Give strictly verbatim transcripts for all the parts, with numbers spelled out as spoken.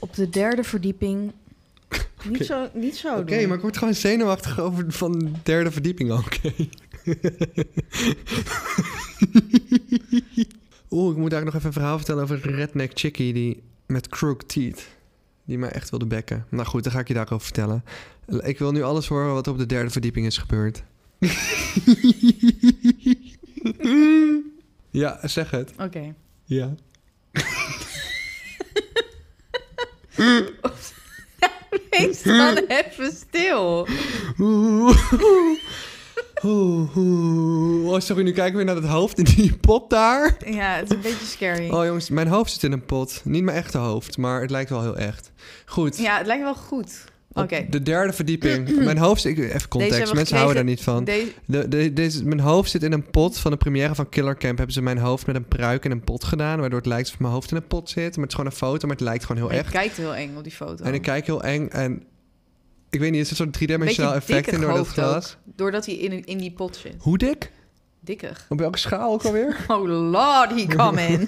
Op de derde verdieping... Niet Okay. zo, niet zo Oké, okay, maar ik word gewoon zenuwachtig over van de derde verdieping. Oké. Okay. Oeh, ik moet eigenlijk nog even een verhaal vertellen over een redneck chickie die met crooked teeth. Die mij echt wilde bekken. Nou goed, dan ga ik je daarover vertellen. Ik wil nu alles horen wat op de derde verdieping is gebeurd. Ja, zeg het. Oké. Okay. Ja. Wees dan even stil. Oeh, oeh. Oh, sorry, nu kijken we weer naar het hoofd in die pot daar. Ja, het is een beetje scary. Oh jongens, mijn hoofd zit in een pot. Niet mijn echte hoofd, maar het lijkt wel heel echt. Goed. Ja, het lijkt wel goed. Oké. Okay. De derde verdieping. Mijn hoofd... Ik, even context, mensen gekregen, houden daar niet van. Deze... De, de, deze, mijn hoofd zit in een pot. Van de première van Killer Camp hebben ze mijn hoofd met een pruik in een pot gedaan. Waardoor het lijkt alsof mijn hoofd in een pot zit. Maar het is gewoon een foto, maar het lijkt gewoon heel en echt. Je kijkt heel eng op die foto. En ik kijk heel eng en... Ik weet niet, is het zo'n driedimensionaal effect in door dat glas? Ook, doordat hij in, in die pot zit. Hoe dik? Dikker. Op welke schaal ook alweer? Oh lord, he come in.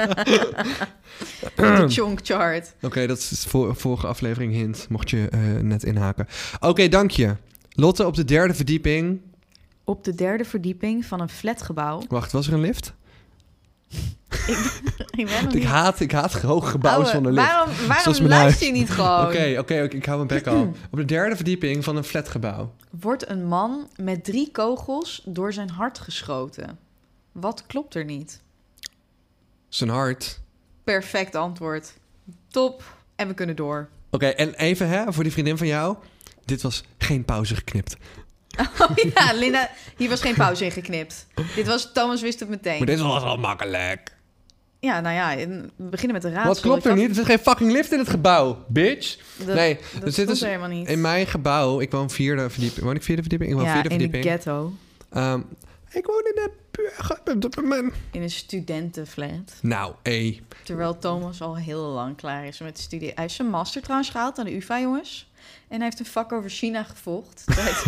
De chonk chart. Oké, okay, dat is voor, vorige aflevering hint, mocht je uh, net inhaken. Oké, okay, dank je. Lotte, op de derde verdieping. Op de derde verdieping van een flatgebouw. Wacht, was er een lift? ik, ik, ben nog ik, haat, ik haat hoge gebouwen zonder lift. Waarom, waarom luister je niet gewoon? Oké, okay, oké, okay, ik hou mijn bek al. Op de derde verdieping van een flatgebouw. Wordt een man met drie kogels door zijn hart geschoten. Wat klopt er niet? Zijn hart. Perfect antwoord. Top. En we kunnen door. Oké, okay, en even hè, voor die vriendin van jou. Dit was geen pauze geknipt. Oh ja, Linda, hier was geen pauze in geknipt. Dit was, Thomas wist het meteen. Maar dit was al makkelijk. Ja, nou ja, we beginnen met de raadsel. Wat klopt er niet? Er zit geen fucking lift in het gebouw, bitch. Dat, nee, dat er zit dus helemaal niet. In mijn gebouw, ik woon vierde verdieping. Woon ik vierde verdieping? Ik woon ja, vierde in verdieping. een ghetto. Um, ik woon in een... In een studentenflat. Nou, hé. Terwijl Thomas al heel lang klaar is met studeren. Hij heeft zijn master trouwens gehaald aan de U vA, jongens. En hij heeft een vak over China gevolgd.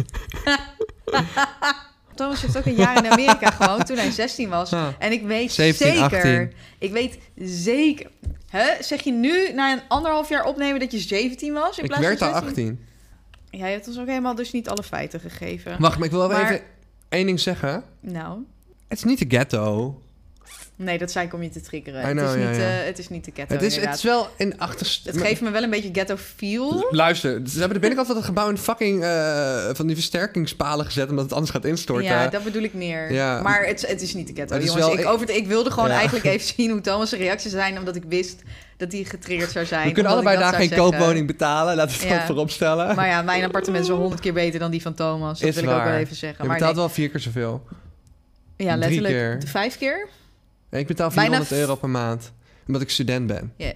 Thomas heeft ook een jaar in Amerika gewoond toen hij zestien was. Ah, en ik weet zeventien, zeker... achttien. Ik weet zeker... Huh? Zeg je nu, na een anderhalf jaar opnemen, dat je zeventien was? In ik plaats werd van al achttien. Ja, je hebt ons ook helemaal dus niet alle feiten gegeven. Wacht, maar ik wil maar... even één ding zeggen. Nou? Het is niet de ghetto. Nee, dat zei ik om je te triggeren. Know, het, is ja, niet, ja. Uh, het is niet de ghetto, het is, het is wel in achterst... Het geeft me wel een beetje ghetto feel. Luister, ze hebben de binnenkant van het gebouw in fucking uh, van die versterkingspalen gezet, omdat het anders gaat instorten. Ja, dat bedoel ik meer. Ja. Maar het, het is niet de ghetto, jongens. Wel, ik, over, ik wilde gewoon ja. eigenlijk even zien hoe Thomas' reacties zijn, omdat ik wist dat hij getriggerd zou zijn. We kunnen allebei daar geen zeggen. koopwoning betalen, laten we het ja. voorop stellen. Maar ja, mijn appartement is wel honderd keer beter dan die van Thomas. Dat is wil waar. ik ook wel even zeggen. Je maar betaalt nee. wel vier keer zoveel. Ja, Drie letterlijk keer. De vijf keer. Ik betaal vierhonderd euro per maand. Omdat ik student ben. Ja.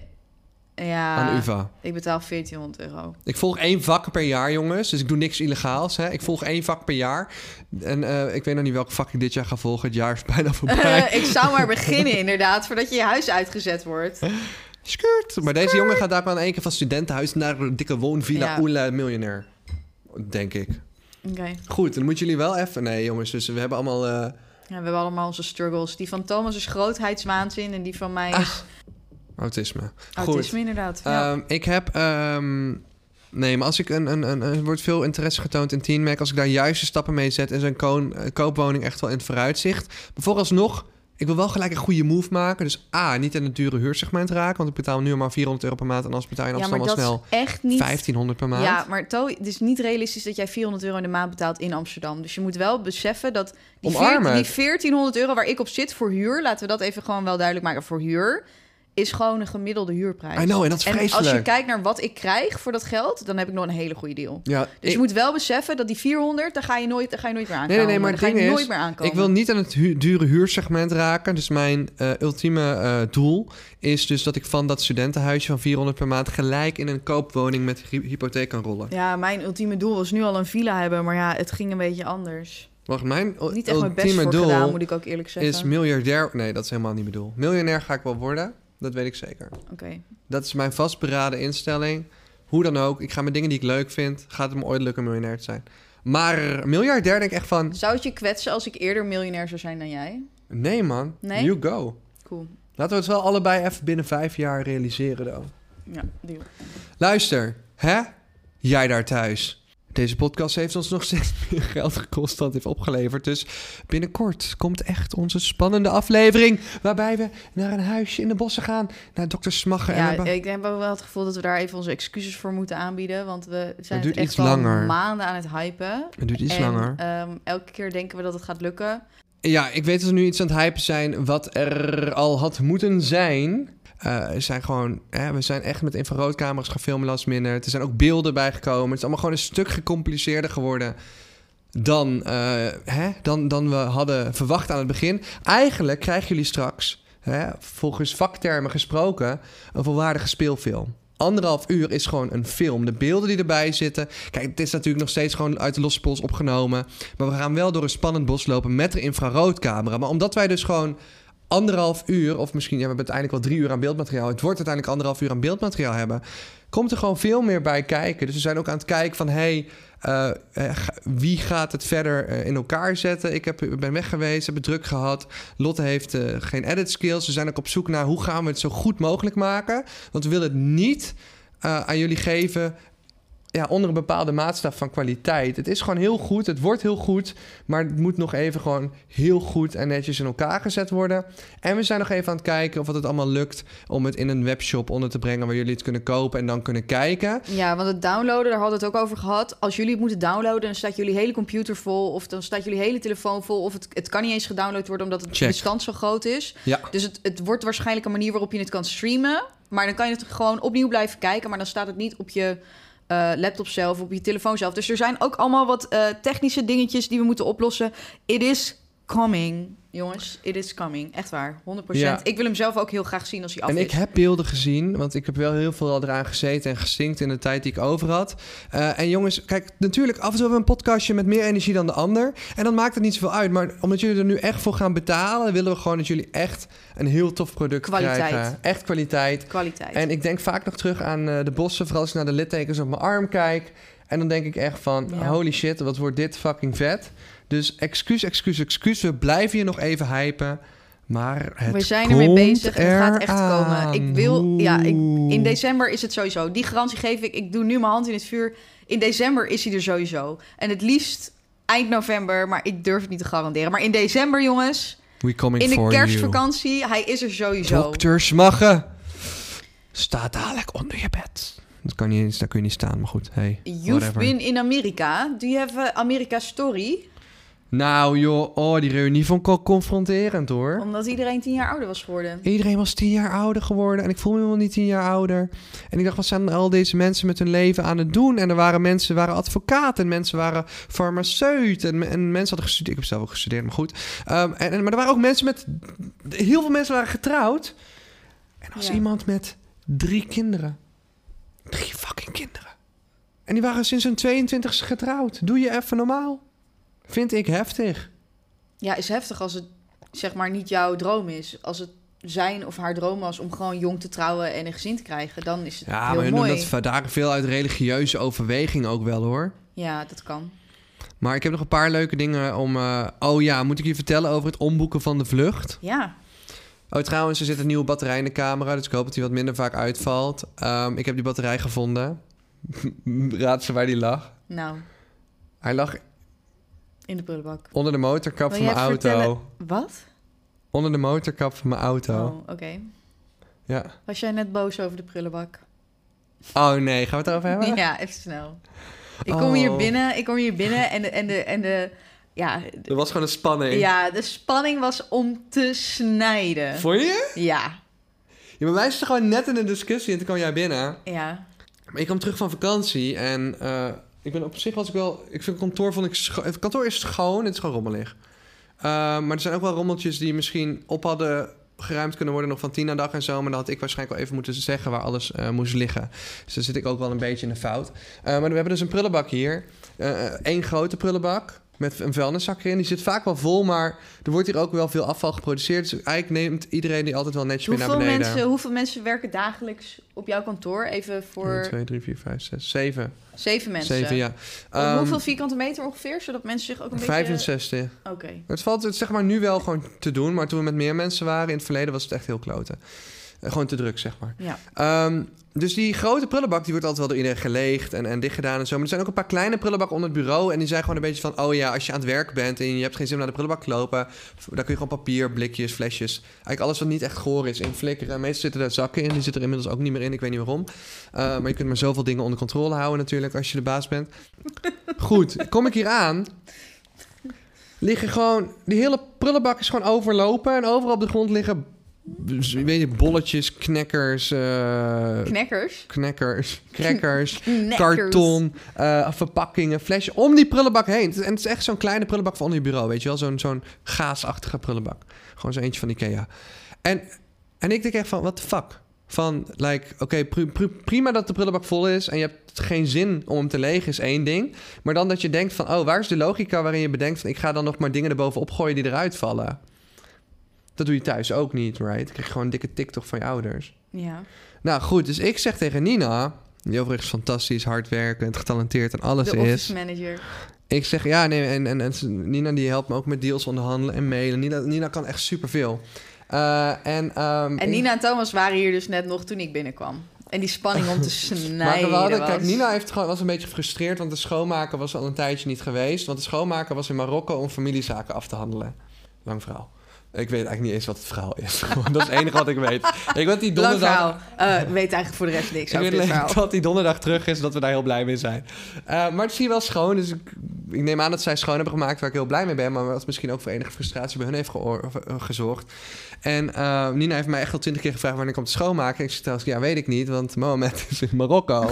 Ja, aan de U vA. Ik betaal veertienhonderd euro. Ik volg één vak per jaar, jongens. Dus ik doe niks illegaals. Hè. Ik volg één vak per jaar. En uh, ik weet nog niet welk vak ik dit jaar ga volgen. Het jaar is bijna voorbij. Uh, ik zou maar beginnen, inderdaad. Voordat je je huis uitgezet wordt. Skirt. Maar deze jongen gaat daar maar in één keer van studentenhuis naar een dikke woonvilla. Ja. Oela, miljonair. Denk ik. Oké. Okay. Goed, dan moeten jullie wel even... Nee, jongens. Dus we hebben allemaal... Uh... Ja, we hebben allemaal onze struggles. Die van Thomas is grootheidswaanzin en die van mij is... Ah, autisme. Autisme, Goed. inderdaad. Ja. Um, ik heb... Um, nee, maar als ik een, een, een... Er wordt veel interesse getoond in Teen Mac. Als ik daar juiste stappen mee zet... is een ko- koopwoning echt wel in het vooruitzicht. Maar vooralsnog... Ik wil wel gelijk een goede move maken. Dus A, niet in het dure huursegment raken. Want ik betaal nu maar vierhonderd euro per maand. En als betaal je in Amsterdam ja, al snel echt niet... vijftienhonderd per maand. Ja, maar To, het is niet realistisch dat jij vierhonderd euro in de maand betaalt in Amsterdam. Dus je moet wel beseffen dat die, veertien, die veertienhonderd euro waar ik op zit voor huur... Laten we dat even gewoon wel duidelijk maken. Voor huur is gewoon een gemiddelde huurprijs. I know, en dat is vreselijk. En als je kijkt naar wat ik krijg voor dat geld... dan heb ik nog een hele goede deal. Ja, dus ik... je moet wel beseffen dat die vierhonderd... daar ga je nooit, daar ga je nooit meer aankomen. Nee, nee, nee, maar daar het ga je ding nooit is, meer aankomen. Ik wil niet aan het hu- dure huursegment raken. Dus mijn uh, ultieme uh, doel is dus dat ik van dat studentenhuisje van vierhonderd per maand... gelijk in een koopwoning met hy- hypotheek kan rollen. Ja, mijn ultieme doel was nu al een villa hebben... maar ja, het ging een beetje anders. Wacht, mijn u- niet echt mijn best ultieme voor doel gedaan, moet ik ook eerlijk zeggen. is miljardair... Nee, dat is helemaal niet mijn doel. Miljonair ga ik wel worden... Dat weet ik zeker. Oké. Okay. Dat is mijn vastberaden instelling. Hoe dan ook. Ik ga met dingen die ik leuk vind. Gaat het me ooit lukken miljonair te zijn. Maar miljardair denk ik echt van... Zou het je kwetsen als ik eerder miljonair zou zijn dan jij? Nee, man. Nee? You go. Cool. Laten we het wel allebei even binnen vijf jaar realiseren, dan. Ja, deal. Luister, hè? Jij daar thuis. Deze podcast heeft ons nog steeds meer geld gekost dan het heeft opgeleverd. Dus binnenkort komt echt onze spannende aflevering... waarbij we naar een huisje in de bossen gaan, naar dokter Smaggen. Ja, en we... ik heb ook wel het gevoel dat we daar even onze excuses voor moeten aanbieden. Want we zijn het, het echt iets al langer. maanden aan het hypen. Het duurt iets en, langer. Um, elke keer denken we dat het gaat lukken. Ja, ik weet dat we nu iets aan het hypen zijn wat er al had moeten zijn... Uh, er zijn gewoon, hè, we zijn echt met infraroodcamera's gaan filmen last minute. Er zijn ook beelden bijgekomen. Het is allemaal gewoon een stuk gecompliceerder geworden dan, uh, hè, dan, dan we hadden verwacht aan het begin. Eigenlijk krijgen jullie straks, hè, volgens vaktermen gesproken, een volwaardige speelfilm. Anderhalf uur is gewoon een film. De beelden die erbij zitten. Kijk, het is natuurlijk nog steeds gewoon uit de losse pols opgenomen. Maar we gaan wel door een spannend bos lopen met de infraroodcamera. Maar omdat wij dus gewoon... anderhalf uur, of misschien ja, we hebben uiteindelijk wel drie uur aan beeldmateriaal. Het wordt uiteindelijk anderhalf uur aan beeldmateriaal hebben. Komt er gewoon veel meer bij kijken. Dus we zijn ook aan het kijken van... hey, uh, uh, wie gaat het verder uh, in elkaar zetten? Ik heb, ben weg geweest, heb het druk gehad. Lotte heeft uh, geen edit skills. We zijn ook op zoek naar hoe gaan we het zo goed mogelijk maken. Want we willen het niet uh, aan jullie geven... ja, onder een bepaalde maatstaf van kwaliteit. Het is gewoon heel goed, het wordt heel goed... maar het moet nog even gewoon heel goed en netjes in elkaar gezet worden. En we zijn nog even aan het kijken of het allemaal lukt... om het in een webshop onder te brengen... waar jullie het kunnen kopen en dan kunnen kijken. Ja, want het downloaden, daar hadden we het ook over gehad. Als jullie het moeten downloaden, dan staat jullie hele computer vol... of dan staat jullie hele telefoon vol... of het, het kan niet eens gedownload worden omdat het Check. bestand zo groot is. Ja. Dus het, het wordt waarschijnlijk een manier waarop je het kan streamen... maar dan kan je het gewoon opnieuw blijven kijken... maar dan staat het niet op je... Uh, laptop zelf, op je telefoon zelf. Dus er zijn ook allemaal wat uh, technische dingetjes die we moeten oplossen. It is coming, jongens. It is coming. Echt waar, honderd procent. Ja. Ik wil hem zelf ook heel graag zien als hij af en is. En ik heb beelden gezien, want ik heb wel heel veel eraan gezeten en gesynct in de tijd die ik over had. Uh, en jongens, kijk, natuurlijk af en toe hebben we een podcastje met meer energie dan de ander. En dan maakt het niet zoveel uit. Maar omdat jullie er nu echt voor gaan betalen, willen we gewoon dat jullie echt een heel tof product kwaliteit. krijgen. Echt kwaliteit. Kwaliteit. En ik denk vaak nog terug aan uh, de bossen, vooral als ik naar de littekens op mijn arm kijk. En dan denk ik echt van, ja. holy shit, wat wordt dit fucking vet. Dus excuus, excuus, excuus. We blijven hier nog even hypen. Maar het we zijn ermee bezig. Het gaat echt aan. komen. Ik wil, ja, ik, in december is het sowieso. Die garantie geef ik. Ik doe nu mijn hand in het vuur. In december is hij er sowieso. En het liefst eind november, maar ik durf het niet te garanderen. Maar in december, jongens, We coming in de for kerstvakantie, you. hij is er sowieso. dokter Smaggen, sta dadelijk onder je bed. Dat kan niet eens, daar kun je niet staan, maar goed. Hey, You've whatever. been in Amerika. Do you have a America story? Nou joh, oh, die reunie vond ik al confronterend hoor. Omdat iedereen tien jaar ouder was geworden. Iedereen was tien jaar ouder geworden en ik voel me helemaal niet tien jaar ouder. En ik dacht, wat zijn al deze mensen met hun leven aan het doen? En er waren mensen, waren advocaten en mensen waren farmaceut. En, en mensen hadden gestudeerd. Ik heb zelf ook gestudeerd, maar goed. Um, en, en, maar er waren ook mensen met... Heel veel mensen waren getrouwd. En er was Ja. iemand met drie kinderen. Drie fucking kinderen. En die waren sinds hun tweeëntwintigste getrouwd. Doe je even normaal. Vind ik heftig. Ja, is heftig als het zeg maar niet jouw droom is. Als het zijn of haar droom was om gewoon jong te trouwen en een gezin te krijgen, dan is het Ja, heel maar mooi. dat vandaag veel uit religieuze overweging ook wel hoor. Ja, dat kan. Maar ik heb nog een paar leuke dingen om... Uh, oh ja, moet ik je vertellen over het omboeken van de vlucht? Ja. Oh, trouwens, er zit een nieuwe batterij in de camera, dus ik hoop dat die wat minder vaak uitvalt. Um, ik heb die batterij gevonden. Raad ze waar die lag? Nou. Hij lag in de prullenbak. Onder de motorkap Wil van mijn auto. Vertellen... Wat? Onder de motorkap van mijn auto. Oh, oké. Okay. Ja. Was jij net boos over de prullenbak? Oh nee, gaan we het over hebben? Ja, even snel. Ik kom oh. hier binnen, ik kom hier binnen en de, en de, en de, ja. Er was gewoon een spanning. Ja, de spanning was om te snijden. Vond je? Ja. Ja, maar wij zitten gewoon net in een discussie en toen kwam jij binnen. Ja. Maar ik kwam terug van vakantie en uh, ik ben op zich was ik wel... Ik vind het kantoor vond ik... Scho- het kantoor is schoon, het is gewoon rommelig. Uh, maar er zijn ook wel rommeltjes die misschien op hadden geruimd kunnen worden nog van tien aan dag en zo. Maar dan had ik waarschijnlijk wel even moeten zeggen waar alles uh, moest liggen. Dus dan zit ik ook wel een beetje in de fout. Uh, maar we hebben dus een prullenbak hier. Eén uh, grote prullenbak met een vuilniszak erin. Die zit vaak wel vol, maar er wordt hier ook wel veel afval geproduceerd. Dus eigenlijk neemt iedereen die altijd wel netjes mee naar beneden. Mensen, hoeveel mensen werken dagelijks op jouw kantoor? Even voor... twee, drie, vier, vijf, zes, zeven. Zeven mensen? Zeven, ja. Um, hoeveel vierkante meter ongeveer? Zodat mensen zich ook een vijfenzestig. beetje... Oké. Okay. Het valt het zeg maar nu wel gewoon te doen. Maar toen we met meer mensen waren in het verleden was het echt heel kloten. Uh, gewoon te druk, zeg maar. Ja. Um, dus die grote prullenbak, die wordt altijd wel door iedereen geleegd en, en dicht gedaan en zo. Maar er zijn ook een paar kleine prullenbakken onder het bureau. En die zijn gewoon een beetje van, oh ja, als je aan het werk bent en je hebt geen zin om naar de prullenbak te lopen, dan kun je gewoon papier, blikjes, flesjes. Eigenlijk alles wat niet echt goor is in flikkeren. Meestal zitten daar zakken in, die zitten er inmiddels ook niet meer in. Ik weet niet waarom. Uh, maar je kunt maar zoveel dingen onder controle houden natuurlijk als je de baas bent. Goed, kom ik hier aan. Liggen gewoon, die hele prullenbak is gewoon overlopen en overal op de grond liggen, weet je, bolletjes, knekkers... Uh, knekkers? Knekkers, crackers, karton, uh, verpakkingen, flesjes, om die prullenbak heen. En het is echt zo'n kleine prullenbak van onder je bureau, weet je wel? Zo'n, zo'n gaasachtige prullenbak. Gewoon zo eentje van Ikea. En, en ik denk echt van, what the fuck? Van, like, oké, okay, pr- pr- prima dat de prullenbak vol is en je hebt geen zin om hem te legen, is één ding. Maar dan dat je denkt van, oh, waar is de logica waarin je bedenkt van, ik ga dan nog maar dingen erbovenop gooien die eruit vallen? Dat doe je thuis ook niet, right? Dan krijg je gewoon een dikke TikTok van je ouders. Ja. Nou goed, dus ik zeg tegen Nina, die overigens fantastisch, hardwerkend, getalenteerd en alles de is. De office manager. Ik zeg, ja, nee, en, en, en Nina die helpt me ook met deals onderhandelen en mailen. Nina, Nina kan echt superveel. Uh, en, um, en Nina en Thomas waren hier dus net nog toen ik binnenkwam. En die spanning om te snijden maar we hadden, was... Kijk, Nina heeft gewoon, was een beetje gefrustreerd, want de schoonmaker was al een tijdje niet geweest. Want de schoonmaker was in Marokko om familiezaken af te handelen. Lang verhaal. Ik weet eigenlijk niet eens wat het verhaal is. Dat is het enige wat ik weet. Ik weet die donderdag... Lang verhaal. Uh, weet eigenlijk voor de rest niks. Ik weet alleen dat die donderdag terug is, dat we daar heel blij mee zijn. Uh, maar het is hier wel schoon, dus ik, ik neem aan dat zij schoon hebben gemaakt waar ik heel blij mee ben, maar wat misschien ook voor enige frustratie bij hun heeft geoor, uh, gezorgd. En uh, Nina heeft mij echt al twintig keer gevraagd wanneer ik kom te schoonmaken. Ik zeg trouwens, ja, weet ik niet, want Mohamed is in Marokko.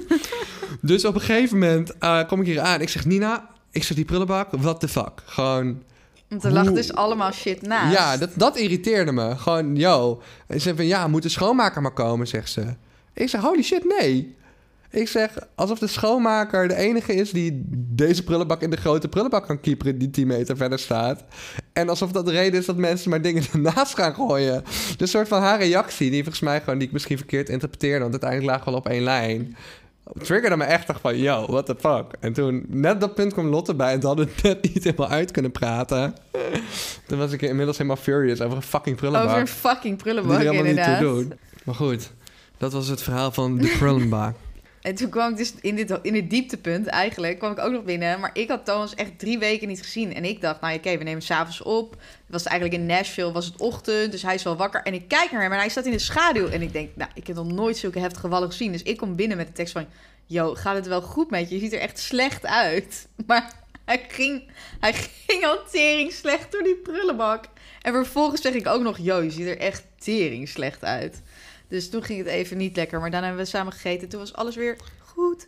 Dus op een gegeven moment uh, kom ik hier aan. Ik zeg, Nina, ik zeg die prullenbak, what the fuck? Gewoon... Want er lag dus allemaal shit naast. Ja, dat, dat irriteerde me. Gewoon, yo. En ze zei van, ja, moet de schoonmaker maar komen, zegt ze. Ik zeg, holy shit, nee. Ik zeg, alsof de schoonmaker de enige is die deze prullenbak in de grote prullenbak kan kieperen die tien meter verder staat. En alsof dat de reden is dat mensen maar dingen ernaast gaan gooien. Dus een soort van haar reactie, die volgens mij gewoon, die ik misschien verkeerd interpreteerde, want uiteindelijk lagen we al op één lijn. Triggerde me echt van, yo, what the fuck? En toen, net dat punt kwam Lotte bij en ze hadden het net niet helemaal uit kunnen praten. Toen was ik inmiddels helemaal furious over een fucking prullenbak. Over een fucking prullenbak, die er helemaal inderdaad. niet toe doen. Maar goed, dat was het verhaal van de prullenbak. En toen kwam ik dus in dit, in dit dieptepunt eigenlijk, kwam ik ook nog binnen. Maar ik had Thomas echt drie weken niet gezien. En ik dacht, nou oké, okay, we nemen 's avonds op. Het was eigenlijk in Nashville, was het ochtend, dus hij is wel wakker. En ik kijk naar hem en hij staat in de schaduw. En ik denk, nou, ik heb nog nooit zulke heftige wallen gezien. Dus ik kom binnen met de tekst van, yo, gaat het wel goed met je? Je ziet er echt slecht uit. Maar hij ging, hij ging al tering slecht door die prullenbak. En vervolgens zeg ik ook nog, yo, je ziet er echt tering slecht uit. Dus toen ging het even niet lekker. Maar daarna hebben we samen gegeten. Toen was alles weer goed.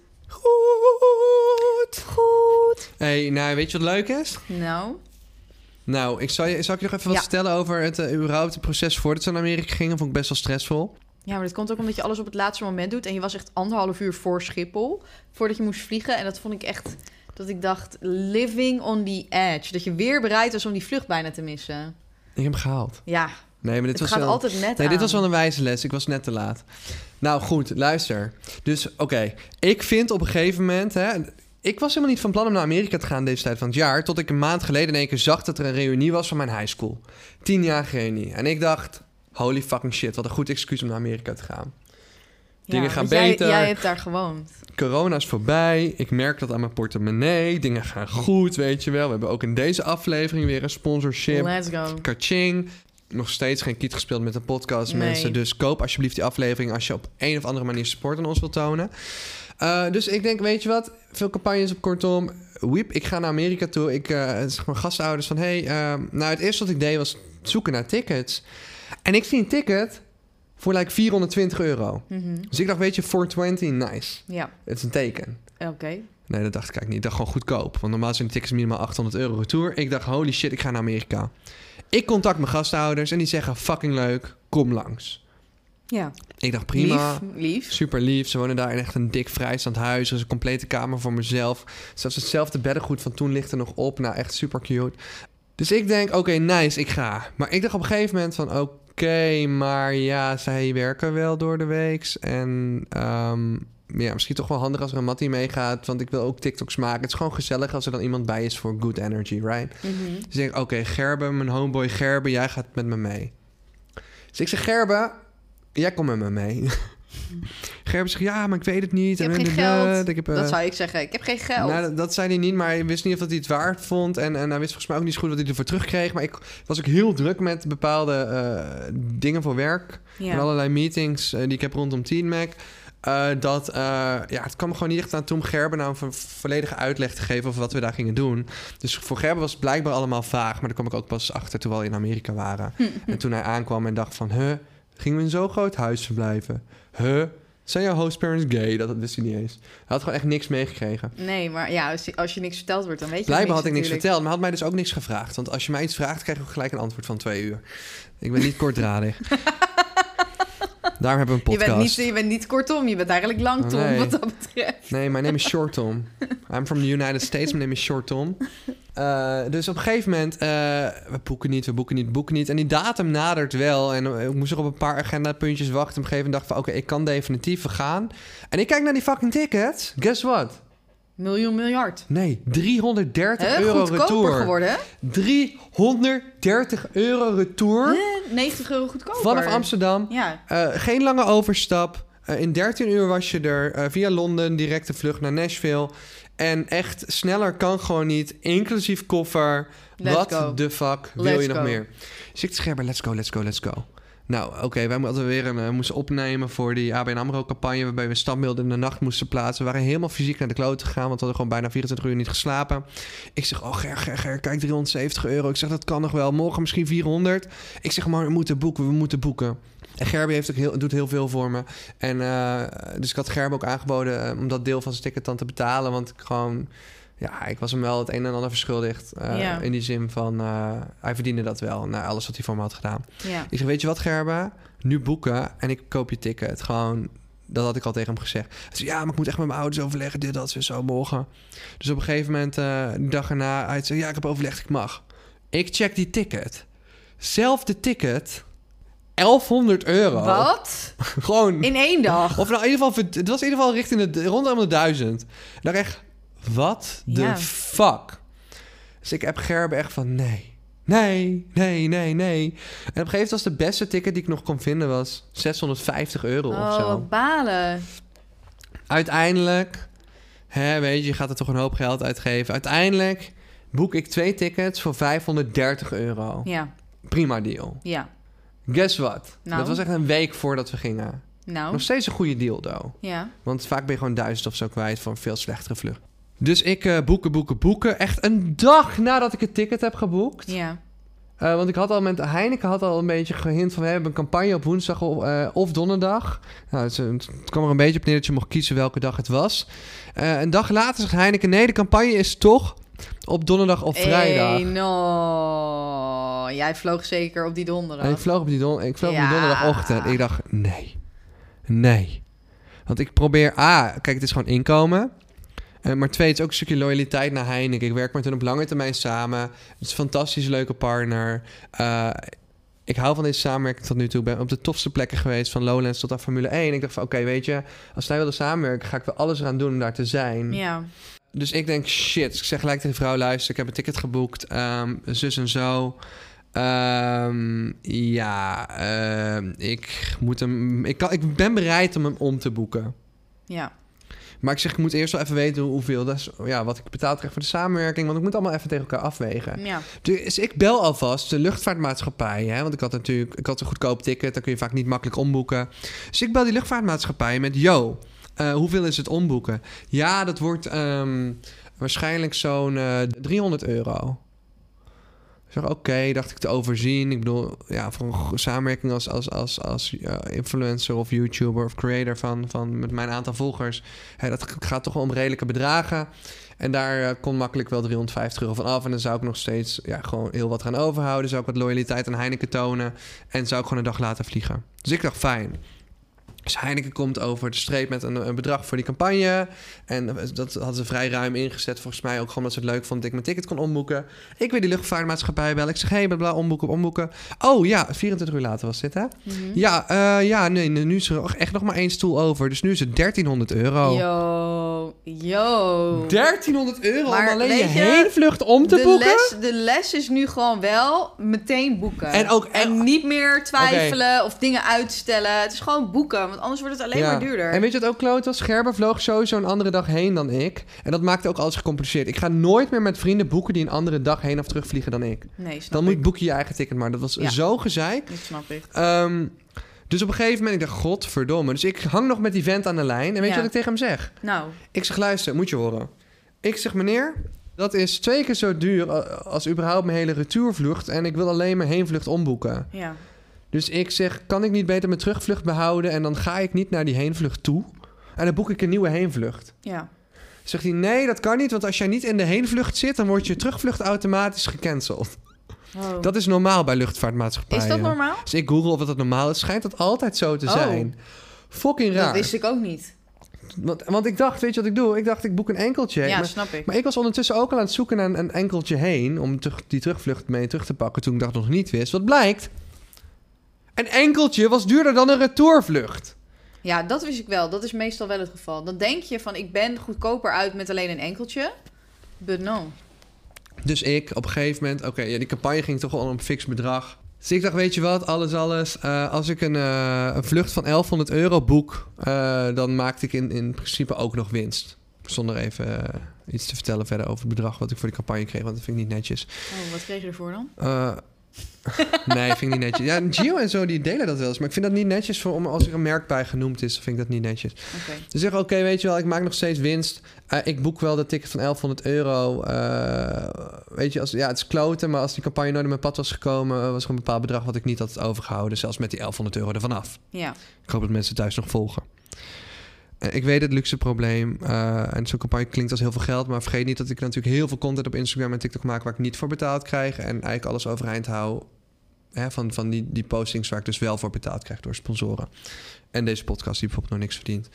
Goed. Goed. Hey, nou, weet je wat leuk is? Nou? Nou, ik zal je, zal ik je nog even wat ja. vertellen over het uh, überhaupt het proces voordat ze naar Amerika gingen. Vond ik best wel stressvol. Ja, maar dat komt ook omdat je alles op het laatste moment doet. En je was echt anderhalf uur voor Schiphol. Voordat je moest vliegen. En dat vond ik echt... Dat ik dacht, living on the edge. Dat je weer bereid was om die vlucht bijna te missen. Ik heb hem gehaald. Ja. Nee, maar dit het was gaat wel, altijd net Nee, aan. dit was wel een wijze les. Ik was net te laat. Nou goed, luister. Dus oké, okay. Ik vind op een gegeven moment... Hè, ik was helemaal niet van plan om naar Amerika te gaan deze tijd van het jaar... tot ik een maand geleden in één keer zag dat er een reunie was van mijn high school. Tienjarige reunie. En ik dacht, holy fucking shit, wat een goed excuus om naar Amerika te gaan. Dingen ja, gaan jij, beter. Jij hebt daar gewoond. Corona is voorbij. Ik merk dat aan mijn portemonnee. Dingen gaan goed, weet je wel. We hebben ook in deze aflevering weer een sponsorship. Let's go. Kaching. Nog steeds geen kiet gespeeld met een podcast, nee. mensen. Dus koop alsjeblieft die aflevering als je op een of andere manier support aan ons wilt tonen. Uh, dus ik denk, weet je wat? Veel campagnes op kortom. Wiep, ik ga naar Amerika toe. Ik uh, zeg maar gastouders van... Hey, uh, nou, het eerste wat ik deed was zoeken naar tickets. En ik zie een ticket voor like vierhonderdtwintig euro. Mm-hmm. Dus ik dacht, weet je, vierhonderdtwintig, nice. Ja. Het is een teken. Oké. Okay. Nee, dat dacht ik eigenlijk niet. Ik dacht gewoon goedkoop. Want normaal zijn de tickets minimaal achthonderd euro retour. Ik dacht, holy shit, ik ga naar Amerika. Ik contact mijn gastouders en die zeggen, fucking leuk, kom langs. Ja. Ik dacht, prima. Lief, lief. Super lief. Ze wonen daar in echt een dik vrijstaand huis. Er is een complete kamer voor mezelf. Zelfs hetzelfde beddengoed van toen ligt er nog op. Nou, echt super cute. Dus ik denk, oké, okay, nice, ik ga. Maar ik dacht op een gegeven moment van, oké, okay, maar ja, zij werken wel door de week. En um, ja, misschien toch wel handig als er een mattie meegaat. Want ik wil ook TikToks maken. Het is gewoon gezellig als er dan iemand bij is voor good energy, right? Mm-hmm. Dus ik denk, oké, okay, Gerben, mijn homeboy Gerben, jij gaat met me mee. Dus ik zeg, Gerben, Jij komt met me mee. Gerben zegt, ja, maar ik weet het niet. Ik heb geen geld. Ik heb, uh... Dat zou ik zeggen. Ik heb geen geld. Nou, dat, dat zei hij niet, maar hij wist niet of dat hij het waard vond. En, en hij wist volgens mij ook niet zo goed wat hij ervoor terugkreeg. Maar ik was ook heel druk met bepaalde uh, dingen voor werk. Ja. En allerlei meetings uh, die ik heb rondom Teen Mac. Uh, dat, uh, ja, het kwam gewoon niet echt aan toe om Gerben nou een volledige uitleg te geven over wat we daar gingen doen. Dus voor Gerben was het blijkbaar allemaal vaag. Maar daar kwam ik ook pas achter toen we al in Amerika waren. En toen hij aankwam en dacht van, huh, gingen we in zo'n groot huis verblijven? Huh? Zijn jouw hostparents gay? Dat, dat wist hij niet eens. Hij had gewoon echt niks meegekregen. Nee, maar ja, als je, als je niks verteld wordt, dan weet je Blijkbaar niks had ik niks natuurlijk. verteld, maar had mij dus ook niks gevraagd. Want als je mij iets vraagt, krijg je ook gelijk een antwoord van twee uur. Ik ben niet kortdradig. Daarom hebben we een podcast. Je bent, niet, je bent niet kortom, je bent eigenlijk lang Tom, nee. wat dat betreft. Nee, mijn name is Short Tom. I'm from the United States, mijn name is Short Tom. Uh, dus op een gegeven moment, uh, we boeken niet, we boeken niet, boeken niet. En die datum nadert wel. En ik moest nog op een paar agendapuntjes wachten. Op een gegeven moment dacht ik van, oké, okay, ik kan definitief, we gaan. En ik kijk naar die fucking tickets. Guess what? Miljoen miljard. Nee, driehonderddertig He, euro goedkoper retour. geworden, hè? driehonderddertig euro retour. He, negentig euro goedkoper. Vanaf Amsterdam. Ja. Uh, geen lange overstap. Uh, in dertien uur was je er. Uh, via Londen, directe vlucht naar Nashville. En echt, sneller kan gewoon niet. Inclusief koffer. Wat de fuck wil let's je nog go. meer? Dus ik zeg, let's go, let's go, let's go. Nou, oké, okay, wij hadden weer een, uh, moesten opnemen voor die A B N AMRO-campagne... waarbij we standbeelden in de nacht moesten plaatsen. We waren helemaal fysiek naar de klote gegaan... want we hadden gewoon bijna vierentwintig uur niet geslapen. Ik zeg, oh Ger, Ger, Ger, kijk, driehonderdzeventig euro. Ik zeg, dat kan nog wel. Morgen misschien vierhonderd. Ik zeg, maar we moeten boeken, we moeten boeken. En Gerben heeft ook heel, doet heel veel voor me. En uh, dus ik had Gerben ook aangeboden... Uh, om dat deel van zijn ticket dan te betalen... want ik gewoon... Ja, ik was hem wel het een en ander verschuldigd. Uh, ja. In die zin van, uh, hij verdiende dat wel. Na alles wat hij voor me had gedaan. Ja. Ik zeg, weet je wat, Gerben? Nu boeken en ik koop je ticket. Gewoon, dat had ik al tegen hem gezegd. Hij zei, ja, maar ik moet echt met mijn ouders overleggen. Dit, dat, zo, morgen. Dus op een gegeven moment, uh, de dag erna... Hij zei, ja, ik heb overlegd, ik mag. Ik check die ticket. Zelfde ticket... elfhonderd euro. Wat? Gewoon... In één dag? Of nou, in ieder geval... Het was in ieder geval richting de... rondom de duizend. Daar echt... Wat de ja. fuck? Dus ik heb Gerben echt van... Nee, nee, nee, nee, nee. En op een gegeven moment was de beste ticket die ik nog kon vinden... was zeshonderdvijftig euro oh, of zo. Oh, balen. Uiteindelijk... Hè, weet je, je gaat er toch een hoop geld uitgeven. Uiteindelijk boek ik twee tickets voor vijfhonderddertig euro. Ja. Prima deal. Ja. Guess what? Nou. Dat was echt een week voordat we gingen. Nou. Nog steeds een goede deal, though. Ja. Want vaak ben je gewoon duizend of zo kwijt... voor een veel slechtere vlucht. Dus ik uh, boeken, boeken, boeken. Echt een dag nadat ik het ticket heb geboekt. Ja. Uh, want ik had al met Heineken had al een beetje gehint van... we hebben een campagne op woensdag of, uh, of donderdag. Nou, het, het kwam er een beetje op neer dat je mocht kiezen welke dag het was. Uh, een dag later zegt Heineken... nee, de campagne is toch op donderdag of vrijdag. Hey, no. Jij vloog zeker op die donderdag. En ik vloog op die, don- ik vloog ja. op die donderdagochtend. Ik dacht, nee. Nee. Want ik probeer... A, kijk, het is gewoon inkomen... Uh, maar twee, het is ook een stukje loyaliteit naar Heineken. Ik werk met hen op lange termijn samen. Het is een fantastisch leuke partner. Uh, ik hou van deze samenwerking tot nu toe. Ik ben op de tofste plekken geweest, van Lowlands tot aan Formule één. Ik dacht van, oké, okay, weet je, als wij willen samenwerken... ga ik wel alles eraan doen om daar te zijn. Ja. Dus ik denk, shit. Ik zeg gelijk tegen de vrouw, luister, ik heb een ticket geboekt. Um, zus en zo. Um, ja, uh, ik moet hem... Ik, kan, ik ben bereid om hem om te boeken. Ja. Maar ik zeg, ik moet eerst wel even weten hoeveel... Dat is, ja, wat ik betaald krijg voor de samenwerking. Want ik moet allemaal even tegen elkaar afwegen. Ja. Dus ik bel alvast de luchtvaartmaatschappij. Hè, want ik had natuurlijk ik had een goedkoop ticket. Dan kun je vaak niet makkelijk omboeken. Dus ik bel die luchtvaartmaatschappij met... Yo, uh, hoeveel is het omboeken? Ja, dat wordt um, waarschijnlijk zo'n uh, driehonderd euro. Ik zeg, oké, okay, dacht ik te overzien. Ik bedoel, ja, voor een samenwerking als, als, als, als uh, influencer of YouTuber of creator van, van met mijn aantal volgers. Hè, dat gaat toch wel om redelijke bedragen. En daar uh, kon makkelijk wel driehonderdvijftig euro van af. En dan zou ik nog steeds ja, gewoon heel wat gaan overhouden. Zou ik wat loyaliteit aan Heineken tonen. En zou ik gewoon een dag later vliegen. Dus ik dacht, fijn. Dus Heineken komt over de streep met een, een bedrag voor die campagne. En dat hadden ze vrij ruim ingezet. Volgens mij ook gewoon omdat ze het leuk vonden dat ik mijn ticket kon omboeken. Ik weer die luchtvaartmaatschappij bellen. Ik zeg, hé, hey, bla, omboeken, omboeken. Oh ja, vierentwintig uur later was dit, hè? Mm-hmm. Ja, uh, ja, nee, nu is er echt nog maar één stoel over. Dus nu is het dertienhonderd euro. Yo, yo. dertienhonderd euro maar om alleen je, je heenvlucht om te de boeken? Les, de les is nu gewoon wel meteen boeken. En, ook, en, en niet meer twijfelen okay. of dingen uitstellen. Het is gewoon boeken, want anders wordt het alleen ja. maar duurder. En weet je wat ook kloot was? Gerber vloog sowieso een andere dag heen dan ik. En dat maakte ook alles gecompliceerd. Ik ga nooit meer met vrienden boeken die een andere dag heen of terug vliegen dan ik. Nee, snap dan ik. moet boek je je eigen ticket maar. Dat was ja. zo gezeik. Dat snap ik. Um, dus op een gegeven moment, ik dacht, godverdomme. Dus ik hang nog met die vent aan de lijn. En weet ja. je wat ik tegen hem zeg? Nou. Ik zeg, luister, moet je horen. Ik zeg, meneer, dat is twee keer zo duur als überhaupt mijn hele retourvlucht. En ik wil alleen mijn heenvlucht omboeken. Ja. Dus ik zeg, kan ik niet beter mijn terugvlucht behouden... en dan ga ik niet naar die heenvlucht toe... en dan boek ik een nieuwe heenvlucht. Ja. Zegt hij, nee, dat kan niet... want als jij niet in de heenvlucht zit... dan wordt je terugvlucht automatisch gecanceld. Oh. Dat is normaal bij luchtvaartmaatschappijen. Is dat normaal? Dus ik google of dat normaal is. Schijnt dat altijd zo te oh. zijn. Fucking raar. Dat wist ik ook niet. Want, want ik dacht, weet je wat ik doe? Ik dacht, ik boek een enkeltje. Ja, maar, snap ik. Maar ik was ondertussen ook al aan het zoeken naar een, een enkeltje heen... om te, die terugvlucht mee terug te pakken... toen ik dat nog niet wist. Wat blijkt... een enkeltje was duurder dan een retourvlucht. Ja, dat wist ik wel. Dat is meestal wel het geval. Dan denk je van, ik ben goedkoper uit met alleen een enkeltje. But no. Dus ik, op een gegeven moment... Oké, okay, ja, die campagne ging toch wel om een fix bedrag. Dus ik dacht, weet je wat, alles, alles. Uh, als ik een, uh, een vlucht van elfhonderd euro boek... Uh, dan maakte ik in, in principe ook nog winst. Zonder even uh, iets te vertellen verder over het bedrag... wat ik voor die campagne kreeg, want dat vind ik niet netjes. Oh, wat kreeg je ervoor dan? Uh, nee, vind ik niet netjes. Ja, Gio en zo, die delen dat wel eens. Maar ik vind dat niet netjes voor om als er een merk bij genoemd is. vind ik dat niet netjes. Okay. Dus zeg, oké, okay, weet je wel, ik maak nog steeds winst. Uh, ik boek wel dat ticket van elfhonderd euro. Uh, weet je, als, ja, het is kloten. Maar als die campagne nooit op mijn pad was gekomen... Uh, was er een bepaald bedrag wat ik niet had overgehouden. Zelfs met die elfhonderd euro ervan af. Ja. Ik hoop dat mensen thuis nog volgen. Uh, ik weet het luxe probleem. Uh, en zo'n campagne klinkt als heel veel geld. Maar vergeet niet dat ik natuurlijk heel veel content op Instagram en TikTok maak... waar ik niet voor betaald krijg. En eigenlijk alles overeind hou... Hè, van, van die, die postings waar ik dus wel voor betaald krijg door sponsoren. En deze podcast die bijvoorbeeld nog niks verdient.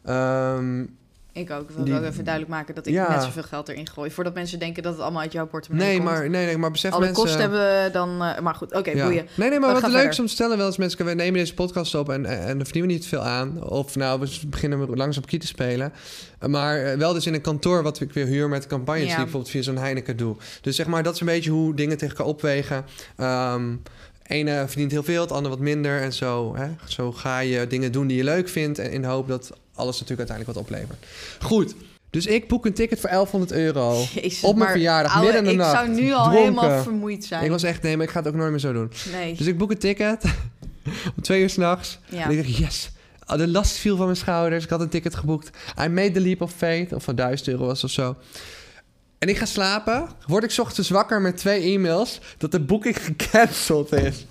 Um, ik ook. Ik wil die, ook even duidelijk maken dat ik ja. net zoveel geld erin gooi. Voordat mensen denken dat het allemaal uit jouw portemonnee nee, komt. Maar, nee, nee, maar besef Alle mensen... kosten hebben dan... Uh, maar goed, oké, okay, ja. boeien. Nee, nee, maar wat leuk is om te stellen wel eens mensen... we nemen deze podcast op en, en daar verdienen we niet veel aan. Of nou, we beginnen langzaam kiet te spelen. Maar wel dus in een kantoor wat ik weer huur met campagnes... Ja. die ik bijvoorbeeld via zo'n Heineken doe. Dus zeg maar, dat is een beetje hoe dingen tegen elkaar opwegen... Um, ene verdient heel veel, het andere wat minder. En zo, hè? Zo ga je dingen doen die je leuk vindt... en in de hoop dat alles natuurlijk uiteindelijk wat oplevert. Goed, dus ik boek een ticket voor elfhonderd euro... Jezus, op mijn verjaardag, ouwe, midden in de ik nacht. Ik zou nu al dronken. helemaal vermoeid zijn. Ik was echt, nee, maar ik ga het ook nooit meer zo doen. Nee. Dus ik boek een ticket om twee uur 's nachts. Ja. En ik dacht, yes, de last viel van mijn schouders. Ik had een ticket geboekt. I made the leap of faith. Of van duizend euro was of zo. En ik ga slapen. Word ik 's ochtends wakker met twee e-mails... dat de boeking gecanceld is.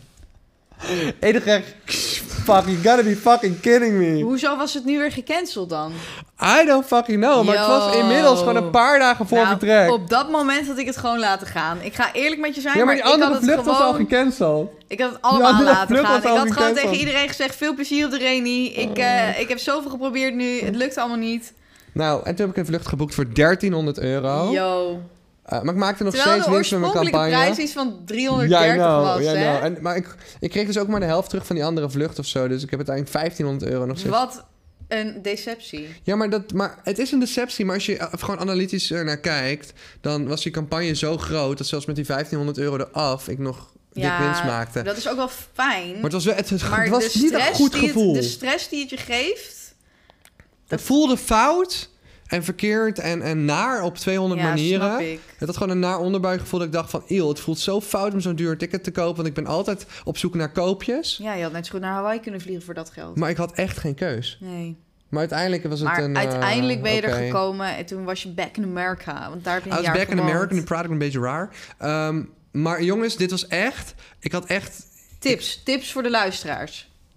En ik dacht, fuck, you gotta be fucking kidding me. Hoezo was het nu weer gecanceld dan? I don't fucking know. Maar Yo. Het was inmiddels gewoon een paar dagen voor nou, vertrek. Op dat moment had ik het gewoon laten gaan. Ik ga eerlijk met je zijn, ja, maar die maar andere ik had het vlucht gewoon... was al gecanceld. Ik had het allemaal laten gaan. Ik had gewoon tegen iedereen gezegd, veel plezier op de Reni. Ik, uh, ik heb zoveel geprobeerd nu. Het lukt allemaal niet. Nou, en toen heb ik een vlucht geboekt voor dertienhonderd euro. Yo. Uh, maar ik maakte nog Terwijl steeds winst met mijn campagne. Terwijl de oorspronkelijke prijs iets van driehonderddertig yeah, no, was, yeah, hè? No. En, maar ik, ik kreeg dus ook maar de helft terug van die andere vlucht of zo. Dus ik heb uiteindelijk vijftienhonderd euro nog steeds. Wat een deceptie. Ja, maar, dat, maar het is een deceptie. Maar als je gewoon analytisch er naar kijkt... dan was die campagne zo groot... dat zelfs met die vijftienhonderd euro eraf... ik nog dik ja, winst maakte. Dat is ook wel fijn. Maar het was, wel, het, het, maar het was niet een goed gevoel. Het, de stress die het je geeft... Dat... Het voelde fout... En verkeerd en, en naar op tweehonderd ja, manieren. Snap ik. Het had gewoon een naar onderbuikgevoel dat ik dacht van... eeuw, het voelt zo fout om zo'n duur ticket te kopen... want ik ben altijd op zoek naar koopjes. Ja, je had net zo goed naar Hawaii kunnen vliegen voor dat geld. Maar ik had echt geen keus. Nee. Maar uiteindelijk was het maar een... uiteindelijk uh, ben je okay. er gekomen en toen was je back in America. Want daar heb je een I was jaar back gewoond. in America, nu praat ik een beetje raar. Um, maar jongens, dit was echt... Ik had echt... Tips, ik, tips voor de luisteraars.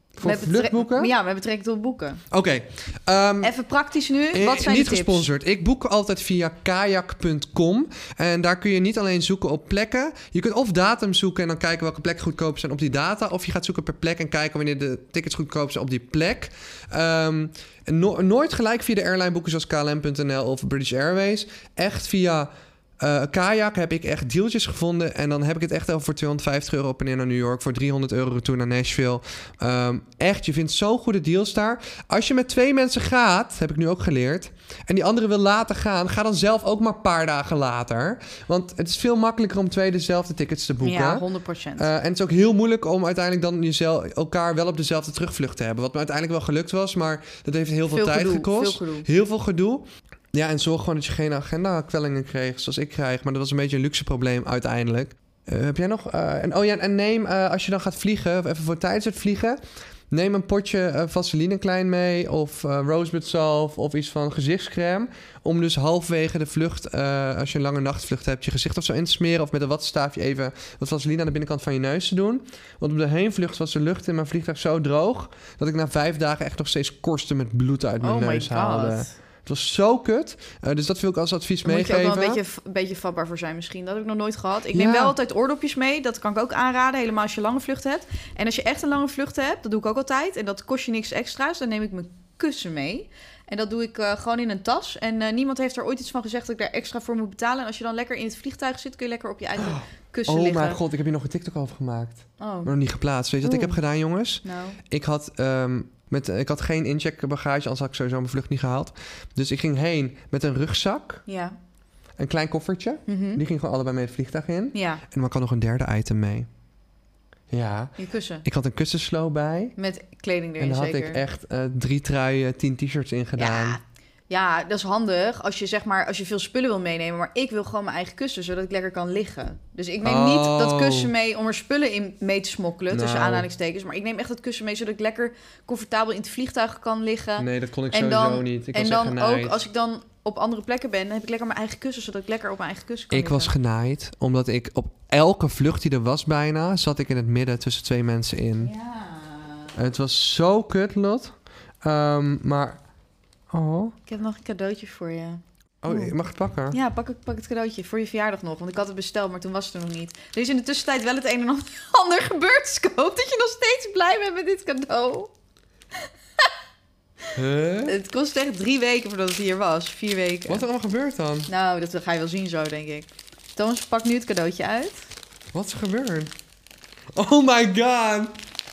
Voor vluchtboeken? Ja, met betrekking tot boeken. Oké. Okay. Um, Even praktisch nu. Wat zijn niet de tips? Gesponsord. Ik boek altijd via kajak punt com. En daar kun je niet alleen zoeken op plekken. Je kunt of datum zoeken en dan kijken welke plekken goedkoop zijn op die data. Of je gaat zoeken per plek en kijken wanneer de tickets goedkoop zijn op die plek. Um, no- nooit gelijk via de airline boeken zoals K L M punt N L of British Airways. Echt via... Uh, Kajak heb ik echt dealtjes gevonden. En dan heb ik het echt over voor tweehonderdvijftig euro op en neer naar New York. Voor driehonderd euro retour naar Nashville. Um, echt, je vindt zo goede deals daar. Als je met twee mensen gaat, heb ik nu ook geleerd. En die andere wil laten gaan. Ga dan zelf ook maar een paar dagen later. Want het is veel makkelijker om twee dezelfde tickets te boeken. Ja, honderd procent. Uh, en het is ook heel moeilijk om uiteindelijk dan jezelf, elkaar wel op dezelfde terugvlucht te hebben. Wat me uiteindelijk wel gelukt was. Maar dat heeft heel veel, veel tijd gedoe, gekost. Veel gedoe. Heel veel gedoe. Ja, en zorg gewoon dat je geen agenda-kwellingen kreeg zoals ik krijg. Maar dat was een beetje een luxe probleem uiteindelijk. Uh, heb jij nog... Uh, en, oh ja, en neem uh, als je dan gaat vliegen, of even voor tijdens het vliegen... neem een potje uh, Vaseline klein mee of uh, rosebud zalf of iets van gezichtscrème. Om dus halverwege de vlucht, uh, als je een lange nachtvlucht hebt... je gezicht of zo in te smeren of met een wattenstaafje even wat Vaseline aan de binnenkant van je neus te doen. Want op de heenvlucht was de lucht in mijn vliegtuig zo droog... dat ik na vijf dagen echt nog steeds korsten met bloed uit mijn oh neus haalde. Het was zo kut. Uh, dus dat wil ik als advies Daar meegeven. Moet je ook wel een beetje, een beetje vatbaar voor zijn misschien. Dat heb ik nog nooit gehad. Ik ja. neem wel altijd oordopjes mee. Dat kan ik ook aanraden. Helemaal als je lange vlucht hebt. En als je echt een lange vlucht hebt, dat doe ik ook altijd. En dat kost je niks extra's. Dan neem ik mijn kussen mee. En dat doe ik uh, gewoon in een tas. En uh, niemand heeft er ooit iets van gezegd dat ik daar extra voor moet betalen. En als je dan lekker in het vliegtuig zit, kun je lekker op je eigen kussen oh, liggen. Oh mijn god, ik heb hier nog een TikTok over gemaakt. Oh. Maar nog niet geplaatst. Weet je wat ik heb gedaan, jongens? Nou. Ik had... Um, Met, ik had geen incheckbagage, anders had ik sowieso mijn vlucht niet gehaald. Dus ik ging heen met een rugzak. Ja. Een klein koffertje. Mm-hmm. Die ging gewoon allebei mee het vliegtuig in. Ja. En dan kan nog een derde item mee. Ja. Je kussen. Ik had een kussenslow bij. Met kleding erin, En daar zeker. had ik echt uh, drie truien, tien t-shirts in gedaan. Ja. Ja, dat is handig als je zeg maar als je veel spullen wil meenemen. Maar ik wil gewoon mijn eigen kussen, zodat ik lekker kan liggen. Dus ik neem oh. niet dat kussen mee om er spullen in mee te smokkelen, nou. tussen aanhalingstekens. Maar ik neem echt dat kussen mee, zodat ik lekker comfortabel in het vliegtuig kan liggen. Nee, dat kon ik en sowieso dan, niet. Ik en was dan echt genaaid. ook als ik dan op andere plekken ben, dan heb ik lekker mijn eigen kussen, zodat ik lekker op mijn eigen kussen kan Ik liggen. was genaaid, omdat ik op elke vlucht die er was bijna, zat ik in het midden tussen twee mensen in. Ja. Het was zo kut, Lot. Um, maar... Oh. Ik heb nog een cadeautje voor je. Oh, je mag het pakken? Ja, pak, pak het cadeautje voor je verjaardag nog. Want ik had het besteld, maar toen was het er nog niet. Er is in de tussentijd wel het een en ander gebeurd. Dus ik hoop dat je nog steeds blij bent met dit cadeau. Huh? Het kost echt drie weken voordat het hier was. Vier weken. Wat er allemaal gebeurd dan? Nou, dat ga je wel zien zo, denk ik. Thomas, pak nu het cadeautje uit. Wat is er gebeurd? Oh my god!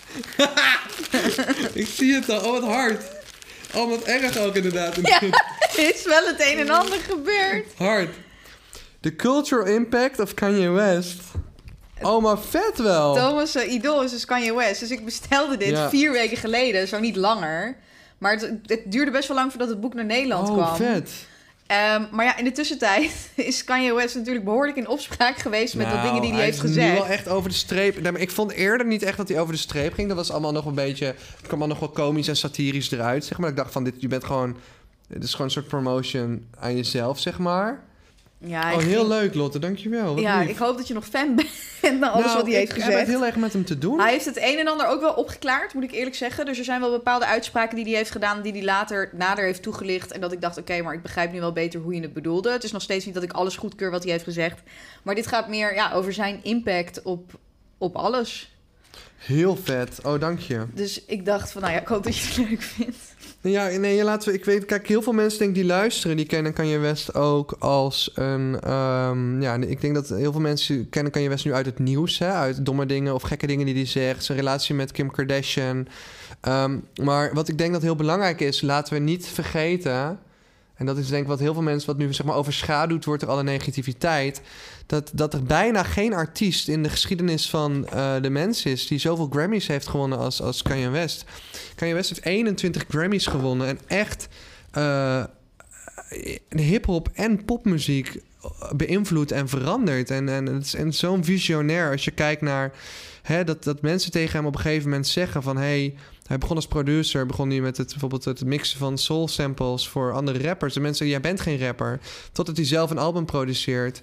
Ik zie het al. Oh, wat hard. Oh, wat erg ook inderdaad. Ja, er is wel het een en ander gebeurd. Hard. The cultural impact of Kanye West. Oh, maar vet wel. Thomas' uh, idool is dus Kanye West. Dus ik bestelde dit ja. vier weken geleden. Zo niet langer. Maar het, het duurde best wel lang voordat het boek naar Nederland oh, kwam. Oh, vet. Um, maar ja, in de tussentijd is Kanye West natuurlijk behoorlijk in opspraak geweest met nou, de dingen die hij, hij heeft gezegd. Hij is nu wel echt over de streep. Ik vond eerder niet echt dat hij over de streep ging. Dat was allemaal nog een beetje... Het kwam allemaal nog wel komisch en satirisch eruit, zeg maar. Ik dacht van, dit, je bent gewoon... Het is gewoon een soort promotion aan jezelf, zeg maar. Ja, oh, heel ging... leuk, Lotte. Dankjewel. Wat ja, lief. ik hoop dat je nog fan bent naar alles nou, wat hij heeft ik gezegd. Ik heb het heel erg met hem te doen. Hij heeft het een en ander ook wel opgeklaard, moet ik eerlijk zeggen. Dus er zijn wel bepaalde uitspraken die hij heeft gedaan... die hij later nader heeft toegelicht. En dat ik dacht, oké, okay, maar ik begrijp nu wel beter hoe je het bedoelde. Het is nog steeds niet dat ik alles goedkeur wat hij heeft gezegd. Maar dit gaat meer ja, over zijn impact op, op alles. Heel vet. Oh, dank je. Dus ik dacht van, nou ja, ik hoop dat je het leuk vindt. Ja, nee, laten we... Ik weet, kijk, heel veel mensen denk die luisteren... die kennen Kanye West ook als een... Um, ja, ik denk dat heel veel mensen kennen Kanye West nu uit het nieuws... Hè, uit domme dingen of gekke dingen die hij zegt. Zijn relatie met Kim Kardashian. Um, maar wat ik denk dat heel belangrijk is... laten we niet vergeten... en dat is denk ik wat heel veel mensen... wat nu zeg maar overschaduwd wordt door alle negativiteit... Dat, dat er bijna geen artiest in de geschiedenis van uh, de mens is... die zoveel Grammys heeft gewonnen als, als Kanye West. Kanye West heeft eenentwintig Grammys gewonnen... en echt uh, hip-hop en popmuziek beïnvloed en veranderd. En, en, het is, en zo'n visionair als je kijkt naar... Hè, dat, dat mensen tegen hem op een gegeven moment zeggen van... Hey, hij begon als producer, begon hij met het, bijvoorbeeld het mixen van soul samples... voor andere rappers. En mensen zeggen, jij bent geen rapper. Totdat hij zelf een album produceert...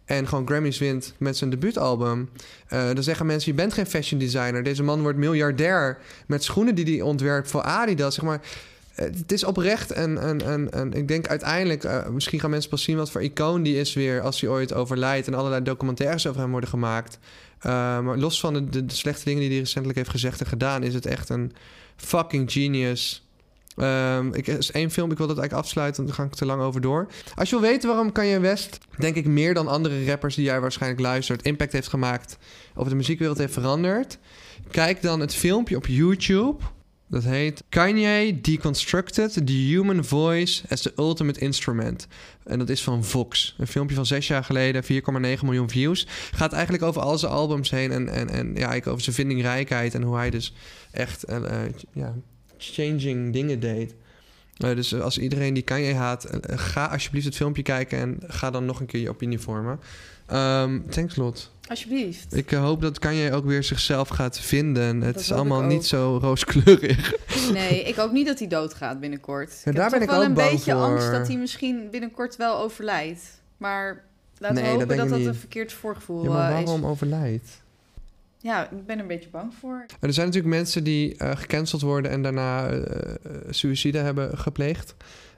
en gewoon Grammys wint met zijn debuutalbum. Uh, dan zeggen mensen, je bent geen fashion designer. Deze man wordt miljardair met schoenen die hij ontwerpt voor Adidas. Zeg maar, het is oprecht en, en, en, en ik denk uiteindelijk... Uh, misschien gaan mensen pas zien wat voor icoon die is weer... als hij ooit overlijdt en allerlei documentaires over hem worden gemaakt. Uh, maar los van de, de, de slechte dingen die hij recentelijk heeft gezegd en gedaan... is het echt een fucking genius... Um, ik, is één film, ik wil dat eigenlijk afsluiten, want daar ga ik te lang over door. Als je wil weten waarom Kanye West, denk ik meer dan andere rappers die jij waarschijnlijk luistert, impact heeft gemaakt, of de muziekwereld heeft veranderd, kijk dan het filmpje op YouTube. Dat heet Kanye Deconstructed the Human Voice as the Ultimate Instrument. En dat is van Vox. Een filmpje van zes jaar geleden, vier komma negen miljoen views. Gaat eigenlijk over al zijn albums heen en, en, en ja, over zijn vindingrijkheid en hoe hij dus echt... Uh, uh, ja, changing dingen deed. Uh, dus als iedereen die Kanye haat, uh, ga alsjeblieft het filmpje kijken en ga dan nog een keer je opinie vormen. Um, thanks, Lot. Alsjeblieft. Ik uh, hoop dat Kanye ook weer zichzelf gaat vinden. Het dat is allemaal niet zo rooskleurig. Nee, ik hoop niet dat hij doodgaat binnenkort. Ja, ik daar heb ben toch ik wel ook een bang beetje voor. angst dat hij misschien binnenkort wel overlijdt. Maar laten nee, we hopen dat, dat dat niet. een verkeerd voorgevoel ja, maar is. waarom overlijdt? Ja, ik ben er een beetje bang voor. Er zijn natuurlijk mensen die uh, gecanceld worden en daarna uh, suïcide hebben gepleegd.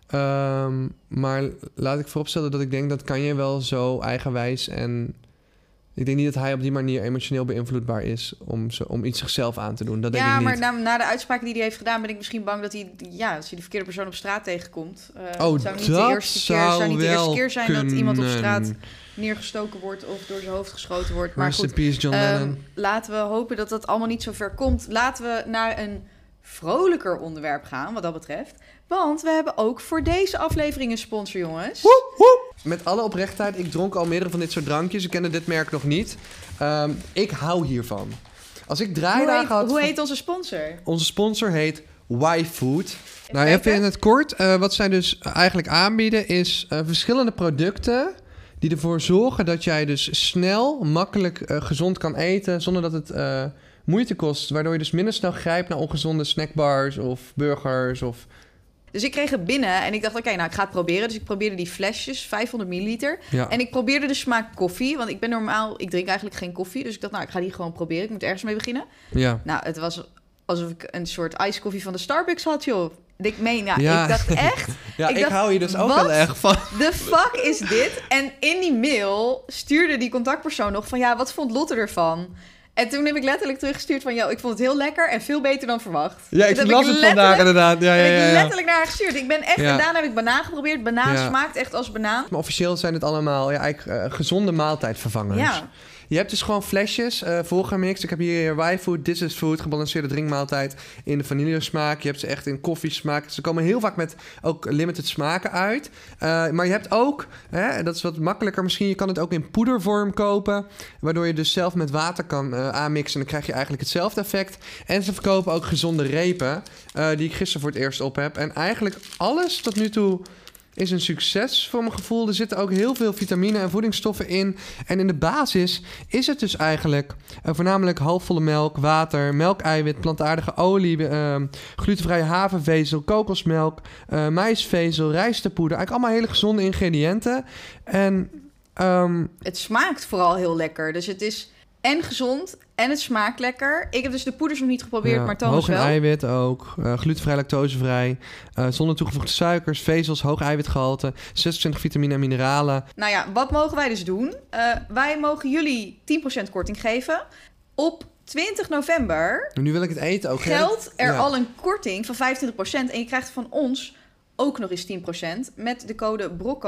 Um, maar laat ik vooropstellen dat ik denk dat Kanye wel zo eigenwijs en... Ik denk niet dat hij op die manier emotioneel beïnvloedbaar is om, ze, om iets zichzelf aan te doen. Dat denk ja, ik niet. maar na, na de uitspraken die hij heeft gedaan... ben ik misschien bang dat hij, ja, als hij de verkeerde persoon op straat tegenkomt... Uh, oh, zou niet dat de eerste keer, zou zou niet de eerste keer zijn kunnen. dat iemand op straat neergestoken wordt... of door zijn hoofd geschoten wordt. Maar Rest goed, in peace, John um, Lennon. laten we hopen dat dat allemaal niet zo ver komt. Laten we naar een vrolijker onderwerp gaan, wat dat betreft. Want we hebben ook voor deze aflevering een sponsor, jongens. Woep, woep. Met alle oprechtheid, ik dronk al meerdere van dit soort drankjes. Ik kende dit merk nog niet. Um, ik hou hiervan. Als ik draaidagen had... Hoe heet onze sponsor? Onze sponsor heet Y-Food. Nou, even in het kort. Uh, wat zij dus eigenlijk aanbieden is uh, verschillende producten... die ervoor zorgen dat jij dus snel, makkelijk, uh, gezond kan eten... zonder dat het uh, moeite kost. Waardoor je dus minder snel grijpt naar ongezonde snackbars of burgers of... Dus ik kreeg het binnen en ik dacht, oké, okay, nou, ik ga het proberen. Dus ik probeerde die flesjes, vijfhonderd milliliter. Ja. En ik probeerde de smaak koffie. Want ik ben normaal, ik drink eigenlijk geen koffie. Dus ik dacht, nou, ik ga die gewoon proberen. Ik moet ergens mee beginnen. Ja. Nou, het was alsof ik een soort iced koffie van de Starbucks had, joh. Ik meen, nou, ja. ik dacht echt... ja, ik, ik dacht, hou hier dus ook heel erg van. The fuck is dit? En in die mail stuurde die contactpersoon nog van... ja, wat vond Lotte ervan? En toen heb ik letterlijk teruggestuurd van... yo, ik vond het heel lekker en veel beter dan verwacht. Ja, ik las het vandaag inderdaad. Ja, ja, ja, ja. heb ik letterlijk naar haar gestuurd. Ik ben echt... Ja. En daarna heb ik banaan geprobeerd. Banaan ja. smaakt echt als banaan. Maar officieel zijn het allemaal ja, eigenlijk, uh, gezonde maaltijdvervangers. Ja. Je hebt dus gewoon flesjes, uh, voorgemixt. Ik heb hier Y-Food, This is Food, gebalanceerde drinkmaaltijd in de vanillesmaak. Je hebt ze echt in koffiesmaak. Ze komen heel vaak met ook limited smaken uit. Uh, maar je hebt ook, hè, dat is wat makkelijker misschien, je kan het ook in poedervorm kopen. Waardoor je dus zelf met water kan uh, aanmixen. En dan krijg je eigenlijk hetzelfde effect. En ze verkopen ook gezonde repen, uh, die ik gisteren voor het eerst op heb. En eigenlijk alles tot nu toe... is een succes voor mijn gevoel. Er zitten ook heel veel vitamine en voedingsstoffen in. En in de basis is het dus eigenlijk... Uh, voornamelijk halfvolle melk, water, melkeiwit, plantaardige olie... Uh, glutenvrije havervezel, kokosmelk, uh, maïsvezel, rijstepoeder. Eigenlijk allemaal hele gezonde ingrediënten. En... Um, het smaakt vooral heel lekker. Dus het is en gezond en het smaakt lekker. Ik heb dus de poeders nog niet geprobeerd, ja, maar Thomas hoog in wel. eiwit ook. Uh, glutenvrij, lactosevrij. Uh, zonder toegevoegde suikers, vezels, hoog eiwitgehalte. zesentwintig vitamine en mineralen. Nou ja, wat mogen wij dus doen? Uh, wij mogen jullie tien procent korting geven. Op twintig november... Nu wil ik het eten ook. Geldt er ja. al een korting van vijfentwintig procent. En je krijgt van ons ook nog eens tien procent. Met de code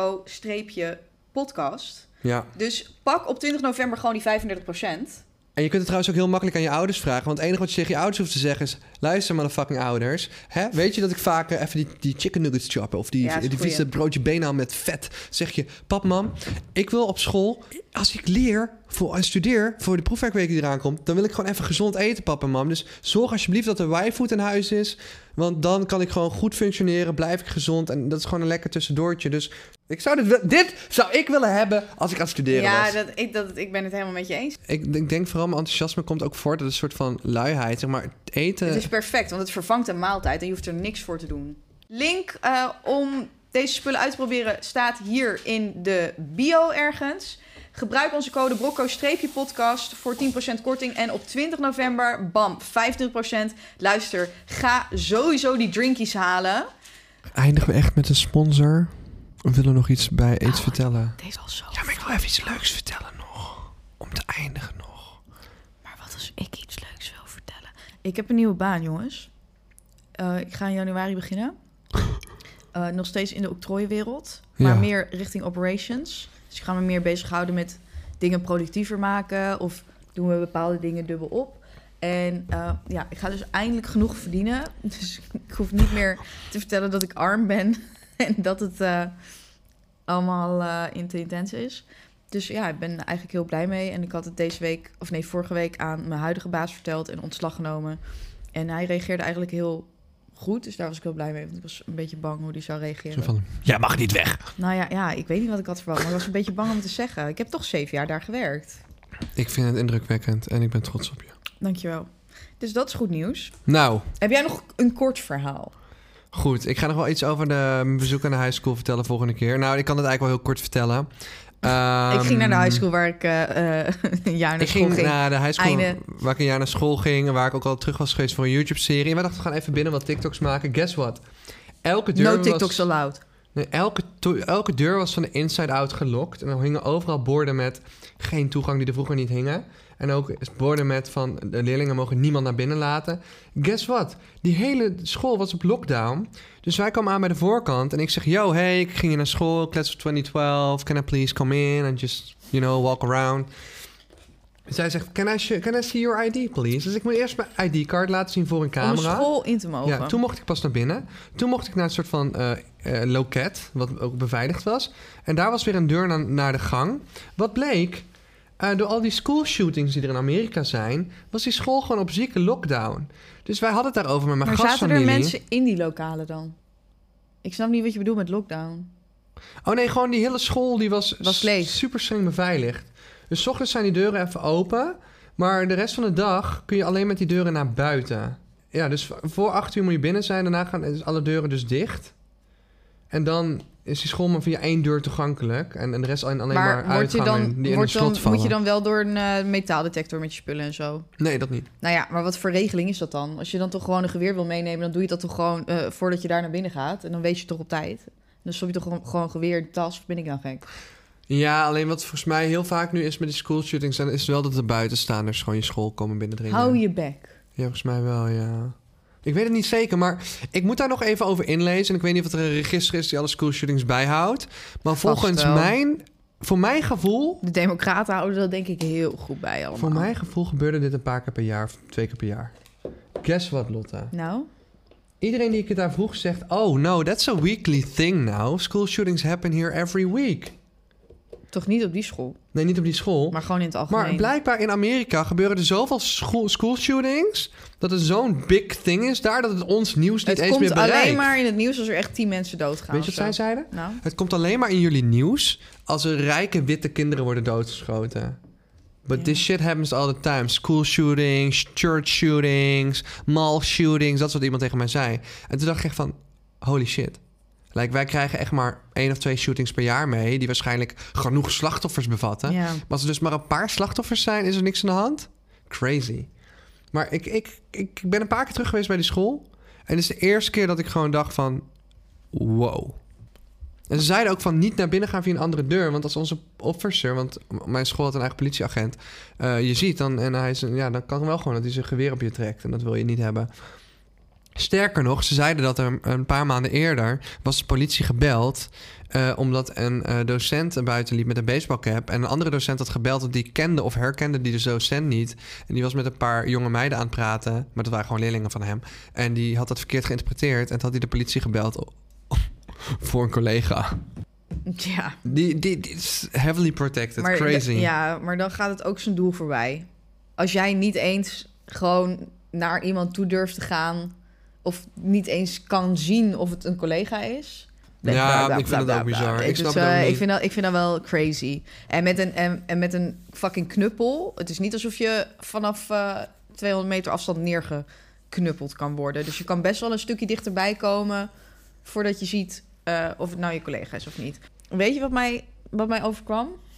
brocco-podcast. Ja. Dus pak op twintig november gewoon die vijfendertig procent. En je kunt het trouwens ook heel makkelijk aan je ouders vragen. Want het enige wat je tegen je ouders hoeft te zeggen is... luister maar de fucking ouders. Hè? Weet je dat ik vaak uh, even die, die chicken nuggets choppen... of die, ja, die vieze broodje benam met vet. Zeg je, pap, mam, ik wil op school... als ik leer voor, en studeer voor de proefwerkweek die eraan komt... dan wil ik gewoon even gezond eten, pap en mam. Dus zorg alsjeblieft dat er Y-food in huis is... want dan kan ik gewoon goed functioneren, blijf ik gezond... en dat is gewoon een lekker tussendoortje. Dus ik zou dit, dit zou ik willen hebben als ik aan het studeren ja, was. Ja, ik, dat, ik ben het helemaal met je eens. Ik, ik denk vooral mijn enthousiasme komt ook voort uit een soort van luiheid. Zeg maar, eten... Het is perfect, want het vervangt een maaltijd en je hoeft er niks voor te doen. Link uh, om deze spullen uit te proberen staat hier in de bio ergens. Gebruik onze code brocco-podcast voor tien procent korting. En op twintig november, bam, vijfentwintig procent. Luister, ga sowieso die drinkies halen. Eindigen we echt met een sponsor? Of willen we nog iets bij iets oh, vertellen? Deze al zo. Ja, maar ik wil even iets leuks vertellen nog. Om te eindigen nog. Maar wat als ik iets leuks wil vertellen? Ik heb een nieuwe baan, jongens. Uh, ik ga in januari beginnen. Uh, nog steeds in de octrooienwereld. Maar ja. meer richting operations. Dus ik ga me meer bezighouden met dingen productiever maken. Of doen we bepaalde dingen dubbel op. En uh, ja, ik ga dus eindelijk genoeg verdienen. Dus ik hoef niet meer te vertellen dat ik arm ben. En dat het uh, allemaal uh, te intens is. Dus ja, ik ben eigenlijk heel blij mee. En ik had het deze week, of nee, vorige week aan mijn huidige baas verteld en ontslag genomen. En hij reageerde eigenlijk heel goed. Dus daar was ik heel blij mee. Want ik was een beetje bang hoe hij zou reageren. Zo van, jij mag niet weg. Nou ja, ja, ik weet niet wat ik had verwacht. Maar ik was een beetje bang om te zeggen. Ik heb toch zeven jaar daar gewerkt. Ik vind het indrukwekkend en ik ben trots op je. Dankjewel. Dus dat is goed nieuws. Nou. Heb jij nog een kort verhaal? Goed, ik ga nog wel iets over de bezoek aan de high school vertellen volgende keer. Nou, ik kan het eigenlijk wel heel kort vertellen. Um, ik ging naar de high school waar ik uh, een jaar naar ik school ging. Ik ging naar de high school Einde. waar ik een jaar naar school ging. En waar ik ook al terug was geweest voor een YouTube-serie. En wij dachten, we gaan even binnen wat TikToks maken. Guess what? Elke deur no TikToks was, allowed. Nee, elke, to- elke deur was van de inside out gelokt. En er hingen overal borden met geen toegang die er vroeger niet hingen. En ook borden met van de leerlingen mogen niemand naar binnen laten. Guess what? Die hele school was op lockdown. Dus wij kwamen aan bij de voorkant. En ik zeg, yo, hey, ik ging hier naar school. Class of twinty twelve. Can I please come in and just, you know, walk around? Zij zegt, can I, sh- can I see your I D, please? Dus ik moet eerst mijn I D-card laten zien voor een camera. Om school in te mogen. Ja, toen mocht ik pas naar binnen. Toen mocht ik naar een soort van uh, uh, loket, wat ook beveiligd was. En daar was weer een deur na- naar de gang. Wat bleek? Uh, door al die school shootings die er in Amerika zijn, was die school gewoon op zieke lockdown. Dus wij hadden het daarover met mijn maar gastfamilie. Maar zaten er mensen in die lokalen dan? Ik snap niet wat je bedoelt met lockdown. Oh nee, gewoon die hele school die was, was leeg. super streng beveiligd. Dus 's ochtends zijn die deuren even open, maar de rest van de dag kun je alleen met die deuren naar buiten. Ja, dus voor acht uur moet je binnen zijn, daarna gaan dus alle deuren dus dicht. En dan is die school maar via één deur toegankelijk. En, en de rest alleen maar, maar uitgangen dan, die in een slot dan, vallen. Moet je dan wel door een uh, metaaldetector met je spullen en zo? Nee, dat niet. Nou ja, maar wat voor regeling is dat dan? Als je dan toch gewoon een geweer wil meenemen, dan doe je dat toch gewoon uh, voordat je daar naar binnen gaat. En dan weet je toch op tijd. Dan stop je toch gewoon, gewoon geweer in de tas, of ben ik dan gek? Ja, alleen wat volgens mij heel vaak nu is met die school shootings, dan is het wel dat de buitenstaanders gewoon je school komen binnendringen. Hou je bek. Ja, volgens mij wel, ja. Ik weet het niet zeker, maar ik moet daar nog even over inlezen. En ik weet niet of er een register is die alle school shootings bijhoudt. Maar volgens mijn, voor mijn gevoel... De democraten houden dat denk ik heel goed bij allemaal. Voor mijn gevoel gebeurde dit een paar keer per jaar, of twee keer per jaar. Guess what, Lotte? Nou? Iedereen die ik het daar vroeg zegt... Oh, no, that's a weekly thing now. School shootings happen here every week. Toch niet op die school? Nee, niet op die school. Maar gewoon in het algemeen. Maar blijkbaar in Amerika gebeuren er zoveel school, school shootings... dat het zo'n big thing is daar... dat het ons nieuws niet het eens meer bereikt. Het komt alleen maar in het nieuws als er echt tien mensen doodgaan. Weet je wat zij zeiden? Nou? Het komt alleen maar in jullie nieuws... als er rijke witte kinderen worden doodgeschoten. But yeah. This shit happens all the time. School shootings, church shootings, mall shootings. Dat is wat iemand tegen mij zei. En toen dacht ik echt van... holy shit. Like, wij krijgen echt maar één of twee shootings per jaar mee... die waarschijnlijk genoeg slachtoffers bevatten. Yeah. Maar als er dus maar een paar slachtoffers zijn... is er niks aan de hand? Crazy. Maar ik, ik, ik ben een paar keer terug geweest bij die school... en het is de eerste keer dat ik gewoon dacht van... wow. En ze zeiden ook van niet naar binnen gaan via een andere deur... want als onze officer... want mijn school had een eigen politieagent... Uh, je ziet dan... en hij is, ja, dan kan wel gewoon dat hij zijn geweer op je trekt... en dat wil je niet hebben... Sterker nog, ze zeiden dat er een paar maanden eerder... was de politie gebeld... Uh, omdat een uh, docent buiten liep met een baseballcap... en een andere docent had gebeld dat die kende of herkende die de docent niet. En die was met een paar jonge meiden aan het praten... maar dat waren gewoon leerlingen van hem. En die had dat verkeerd geïnterpreteerd... en toen had hij de politie gebeld voor een collega. Ja. Die, die, die is heavily protected, maar, crazy. Ja, maar dan gaat het ook zijn doel voorbij. Als jij niet eens gewoon naar iemand toe durft te gaan... of niet eens kan zien of het een collega is... Ja, bla, bla, ik vind dat ook bizar. Ik, snap dus, uh, het ook niet. ik, vind dat, ik vind dat wel crazy. En met, een, en, en met een fucking knuppel... het is niet alsof je vanaf uh, tweehonderd meter afstand neergeknuppeld kan worden. Dus je kan best wel een stukje dichterbij komen... voordat je ziet uh, of het nou je collega is of niet. Weet je wat mij, wat mij overkwam?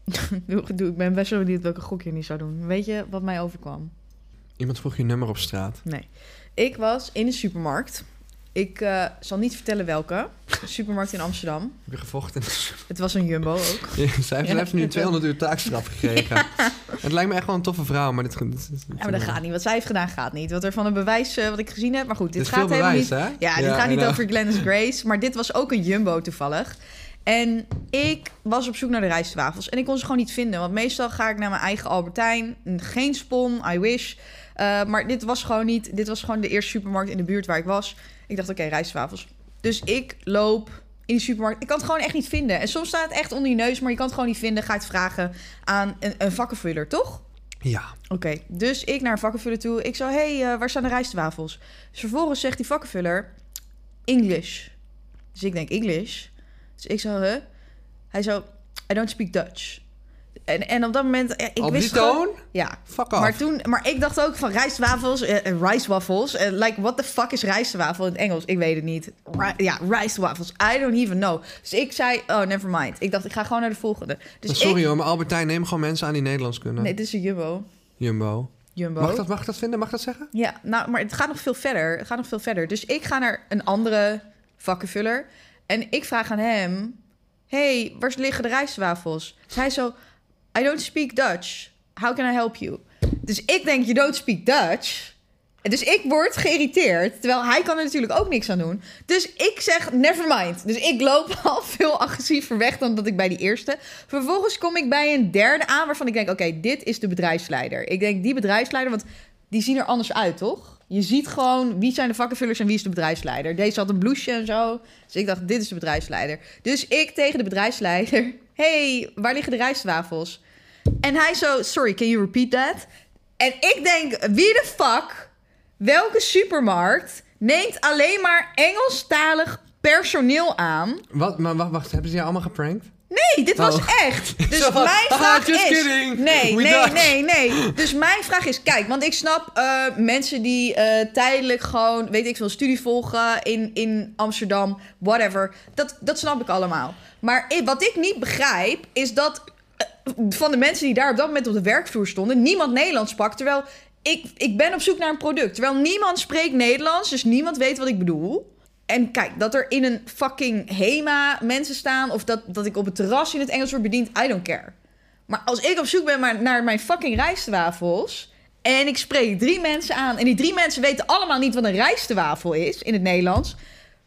Ik ben best wel benieuwd welke gok je niet zou doen. Weet je wat mij overkwam? Iemand vroeg je nummer op straat. Nee. Ik was in een supermarkt. Ik uh, zal niet vertellen welke. Een supermarkt in Amsterdam. Heb je gevochten? Het was een Jumbo ook. Ja, zij heeft, ja, heeft nu tweehonderd uur taakstraf gekregen. Ja. Het lijkt me echt wel een toffe vrouw, maar dit... dit, dit, dit ja, maar dat gaat niet. Wat zij heeft gedaan gaat niet. Wat er van een bewijs uh, wat ik gezien heb. Maar goed, dit, dit gaat helemaal bewijs, niet... Hè? Ja, ja, dit gaat niet over Glennis Grace. Maar dit was ook een Jumbo toevallig. En ik was op zoek naar de rijstwafels. En ik kon ze gewoon niet vinden. Want meestal ga ik naar mijn eigen Albertijn. Geen Spon, I wish. Uh, maar dit was gewoon niet... Dit was gewoon de eerste supermarkt in de buurt waar ik was. Ik dacht, oké, okay, rijstwafels. Dus ik loop in die supermarkt. Ik kan het gewoon echt niet vinden. En soms staat het echt onder je neus, maar je kan het gewoon niet vinden. Ga je het vragen aan een, een vakkenvuller, toch? Ja. Oké, okay, dus ik naar een vakkenvuller toe. Ik zo, hé, hey, uh, waar staan de rijstwafels? Dus vervolgens zegt die vakkenvuller, English. Dus ik denk, English? Dus ik zo, huh? Hij zo, I don't speak Dutch. En, en op dat moment... Ja, ik op wist die toon? Gewoon, ja. Fuck off. Maar, toen, maar ik dacht ook van rijstwafels, uh, rijstwafels. Uh, like, what the fuck is rijstwafel in het Engels? Ik weet het niet. Ri- ja, rijstwafels. I don't even know. Dus ik zei, oh, never mind. Ik dacht, ik ga gewoon naar de volgende. Dus Sorry ik, hoor, maar Albertijn, neem gewoon mensen aan die Nederlands kunnen. Nee, dit is een Jumbo. Jumbo. Jumbo. Mag dat, mag dat vinden? Mag dat zeggen? Ja, nou, maar het gaat nog veel verder. Het gaat nog veel verder. Dus ik ga naar een andere vakkenvuller. En ik vraag aan hem... Hey, waar liggen de rijstwafels? Dus hij zo... I don't speak Dutch. How can I help you? Dus ik denk, you don't speak Dutch. Dus ik word geïrriteerd. Terwijl hij kan er natuurlijk ook niks aan doen. Dus ik zeg, never mind. Dus ik loop al veel agressiever weg dan dat ik bij die eerste. Vervolgens kom ik bij een derde aan waarvan ik denk... Oké, okay, dit is de bedrijfsleider. Ik denk, die bedrijfsleider, want die zien er anders uit, toch? Je ziet gewoon wie zijn de vakkenvullers en wie is de bedrijfsleider. Deze had een blouseje en zo. Dus ik dacht, dit is de bedrijfsleider. Dus ik tegen de bedrijfsleider... Hey, waar liggen de rijstwafels? En hij zo, sorry, can you repeat that? En ik denk, wie de fuck, welke supermarkt neemt alleen maar Engelstalig personeel aan? Wat? Maar wacht, wacht, hebben ze jou allemaal geprankt? Nee, dit was oh. echt. Dus van, mijn vraag just is... Kidding. Nee, We nee, Dutch. nee, nee. Dus mijn vraag is... Kijk, want ik snap uh, mensen die uh, tijdelijk gewoon... weet ik veel, studie volgen in, in Amsterdam, whatever. Dat, dat snap ik allemaal. Maar ik, wat ik niet begrijp, is dat... Uh, van de mensen die daar op dat moment op de werkvloer stonden... niemand Nederlands sprak, terwijl... Ik, ik ben op zoek naar een product. Terwijl niemand spreekt Nederlands, dus niemand weet wat ik bedoel... En kijk, dat er in een fucking Hema mensen staan... of dat, dat ik op het terras in het Engels word bediend, I don't care. Maar als ik op zoek ben maar naar mijn fucking rijstwafels... en ik spreek drie mensen aan... en die drie mensen weten allemaal niet wat een rijstwafel is in het Nederlands...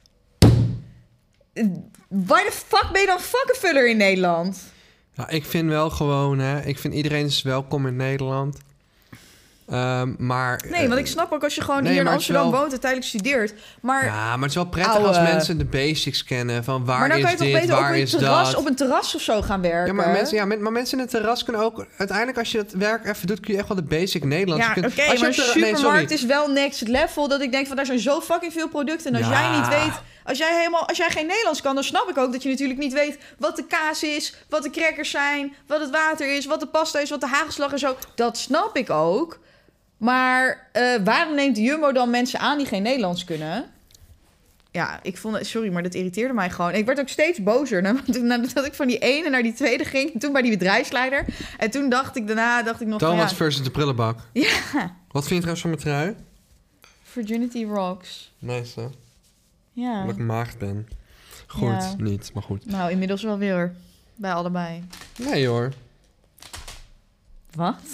waar de fuck ben je dan vakkenvuller in Nederland? Nou, ik vind wel gewoon, hè... ik vind iedereen is welkom in Nederland... Um, maar, nee, want ik snap ook als je gewoon nee, hier in Amsterdam wel... woont en tijdelijk studeert. Maar, ja, maar het is wel prettig ouwe... als mensen de basics kennen. Van waar maar dan is kan je dit, toch beter waar ook is terras, dat? op een terras of zo gaan werken. Ja, maar mensen, ja, maar mensen in het terras kunnen ook... Uiteindelijk als je dat werk even doet, kun je echt wel de basic Nederlands. Ja, oké, okay, maar een supermarkt nee, is wel next level. Dat ik denk van, daar zijn zo fucking veel producten. En als ja. jij niet weet... Als jij, helemaal, als jij geen Nederlands kan, dan snap ik ook dat je natuurlijk niet weet... wat de kaas is, wat de crackers zijn... wat het water is, wat de pasta is, wat de hagelslag is. Zo. Dat snap ik ook. Maar uh, waarom neemt de Jumbo dan mensen aan die geen Nederlands kunnen? Ja, ik vond het... Sorry, maar dat irriteerde mij gewoon. Ik werd ook steeds bozer nadat ik van die ene naar die tweede ging. En toen bij die bedrijfsleider. En toen dacht ik daarna... dacht ik nog Thomas van, ja, versus de prullenbak. Ja. Wat vind je trouwens van mijn trui? Virginity rocks. Nice, hè? Ja. Omdat ik maagd ben. Goed, ja. Niet, maar goed. Nou, inmiddels wel weer. Bij allebei. Nee, hoor. Wat?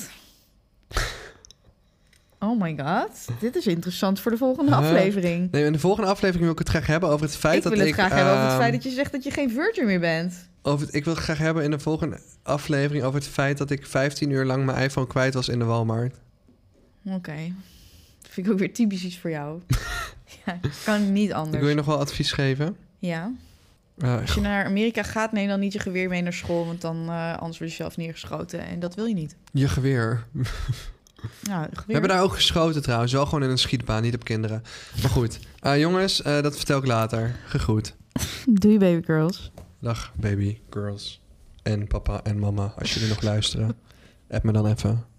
Oh my god, dit is interessant voor de volgende uh, aflevering. Nee, in de volgende aflevering wil ik het graag hebben over het feit ik dat ik... wil het graag uh, hebben over het feit dat je zegt dat je geen virgin meer bent. Over het, ik wil het graag hebben in de volgende aflevering over het feit dat ik vijftien uur lang mijn iPhone kwijt was in de Walmart. Oké. Okay. Dat vind ik ook weer typisch iets voor jou. Ja, kan niet anders. Ik wil je nog wel advies geven. Ja. Uh, Als je naar Amerika gaat, neem dan niet je geweer mee naar school, want dan uh, anders word je zelf neergeschoten en dat wil je niet. Je geweer. Ja, we hebben daar ook geschoten trouwens. Wel gewoon in een schietbaan, niet op kinderen. Maar goed. Uh, jongens, uh, dat vertel ik later. Gegroet. Doei baby girls. Dag baby girls. En papa en mama, als jullie nog luisteren. App me dan even.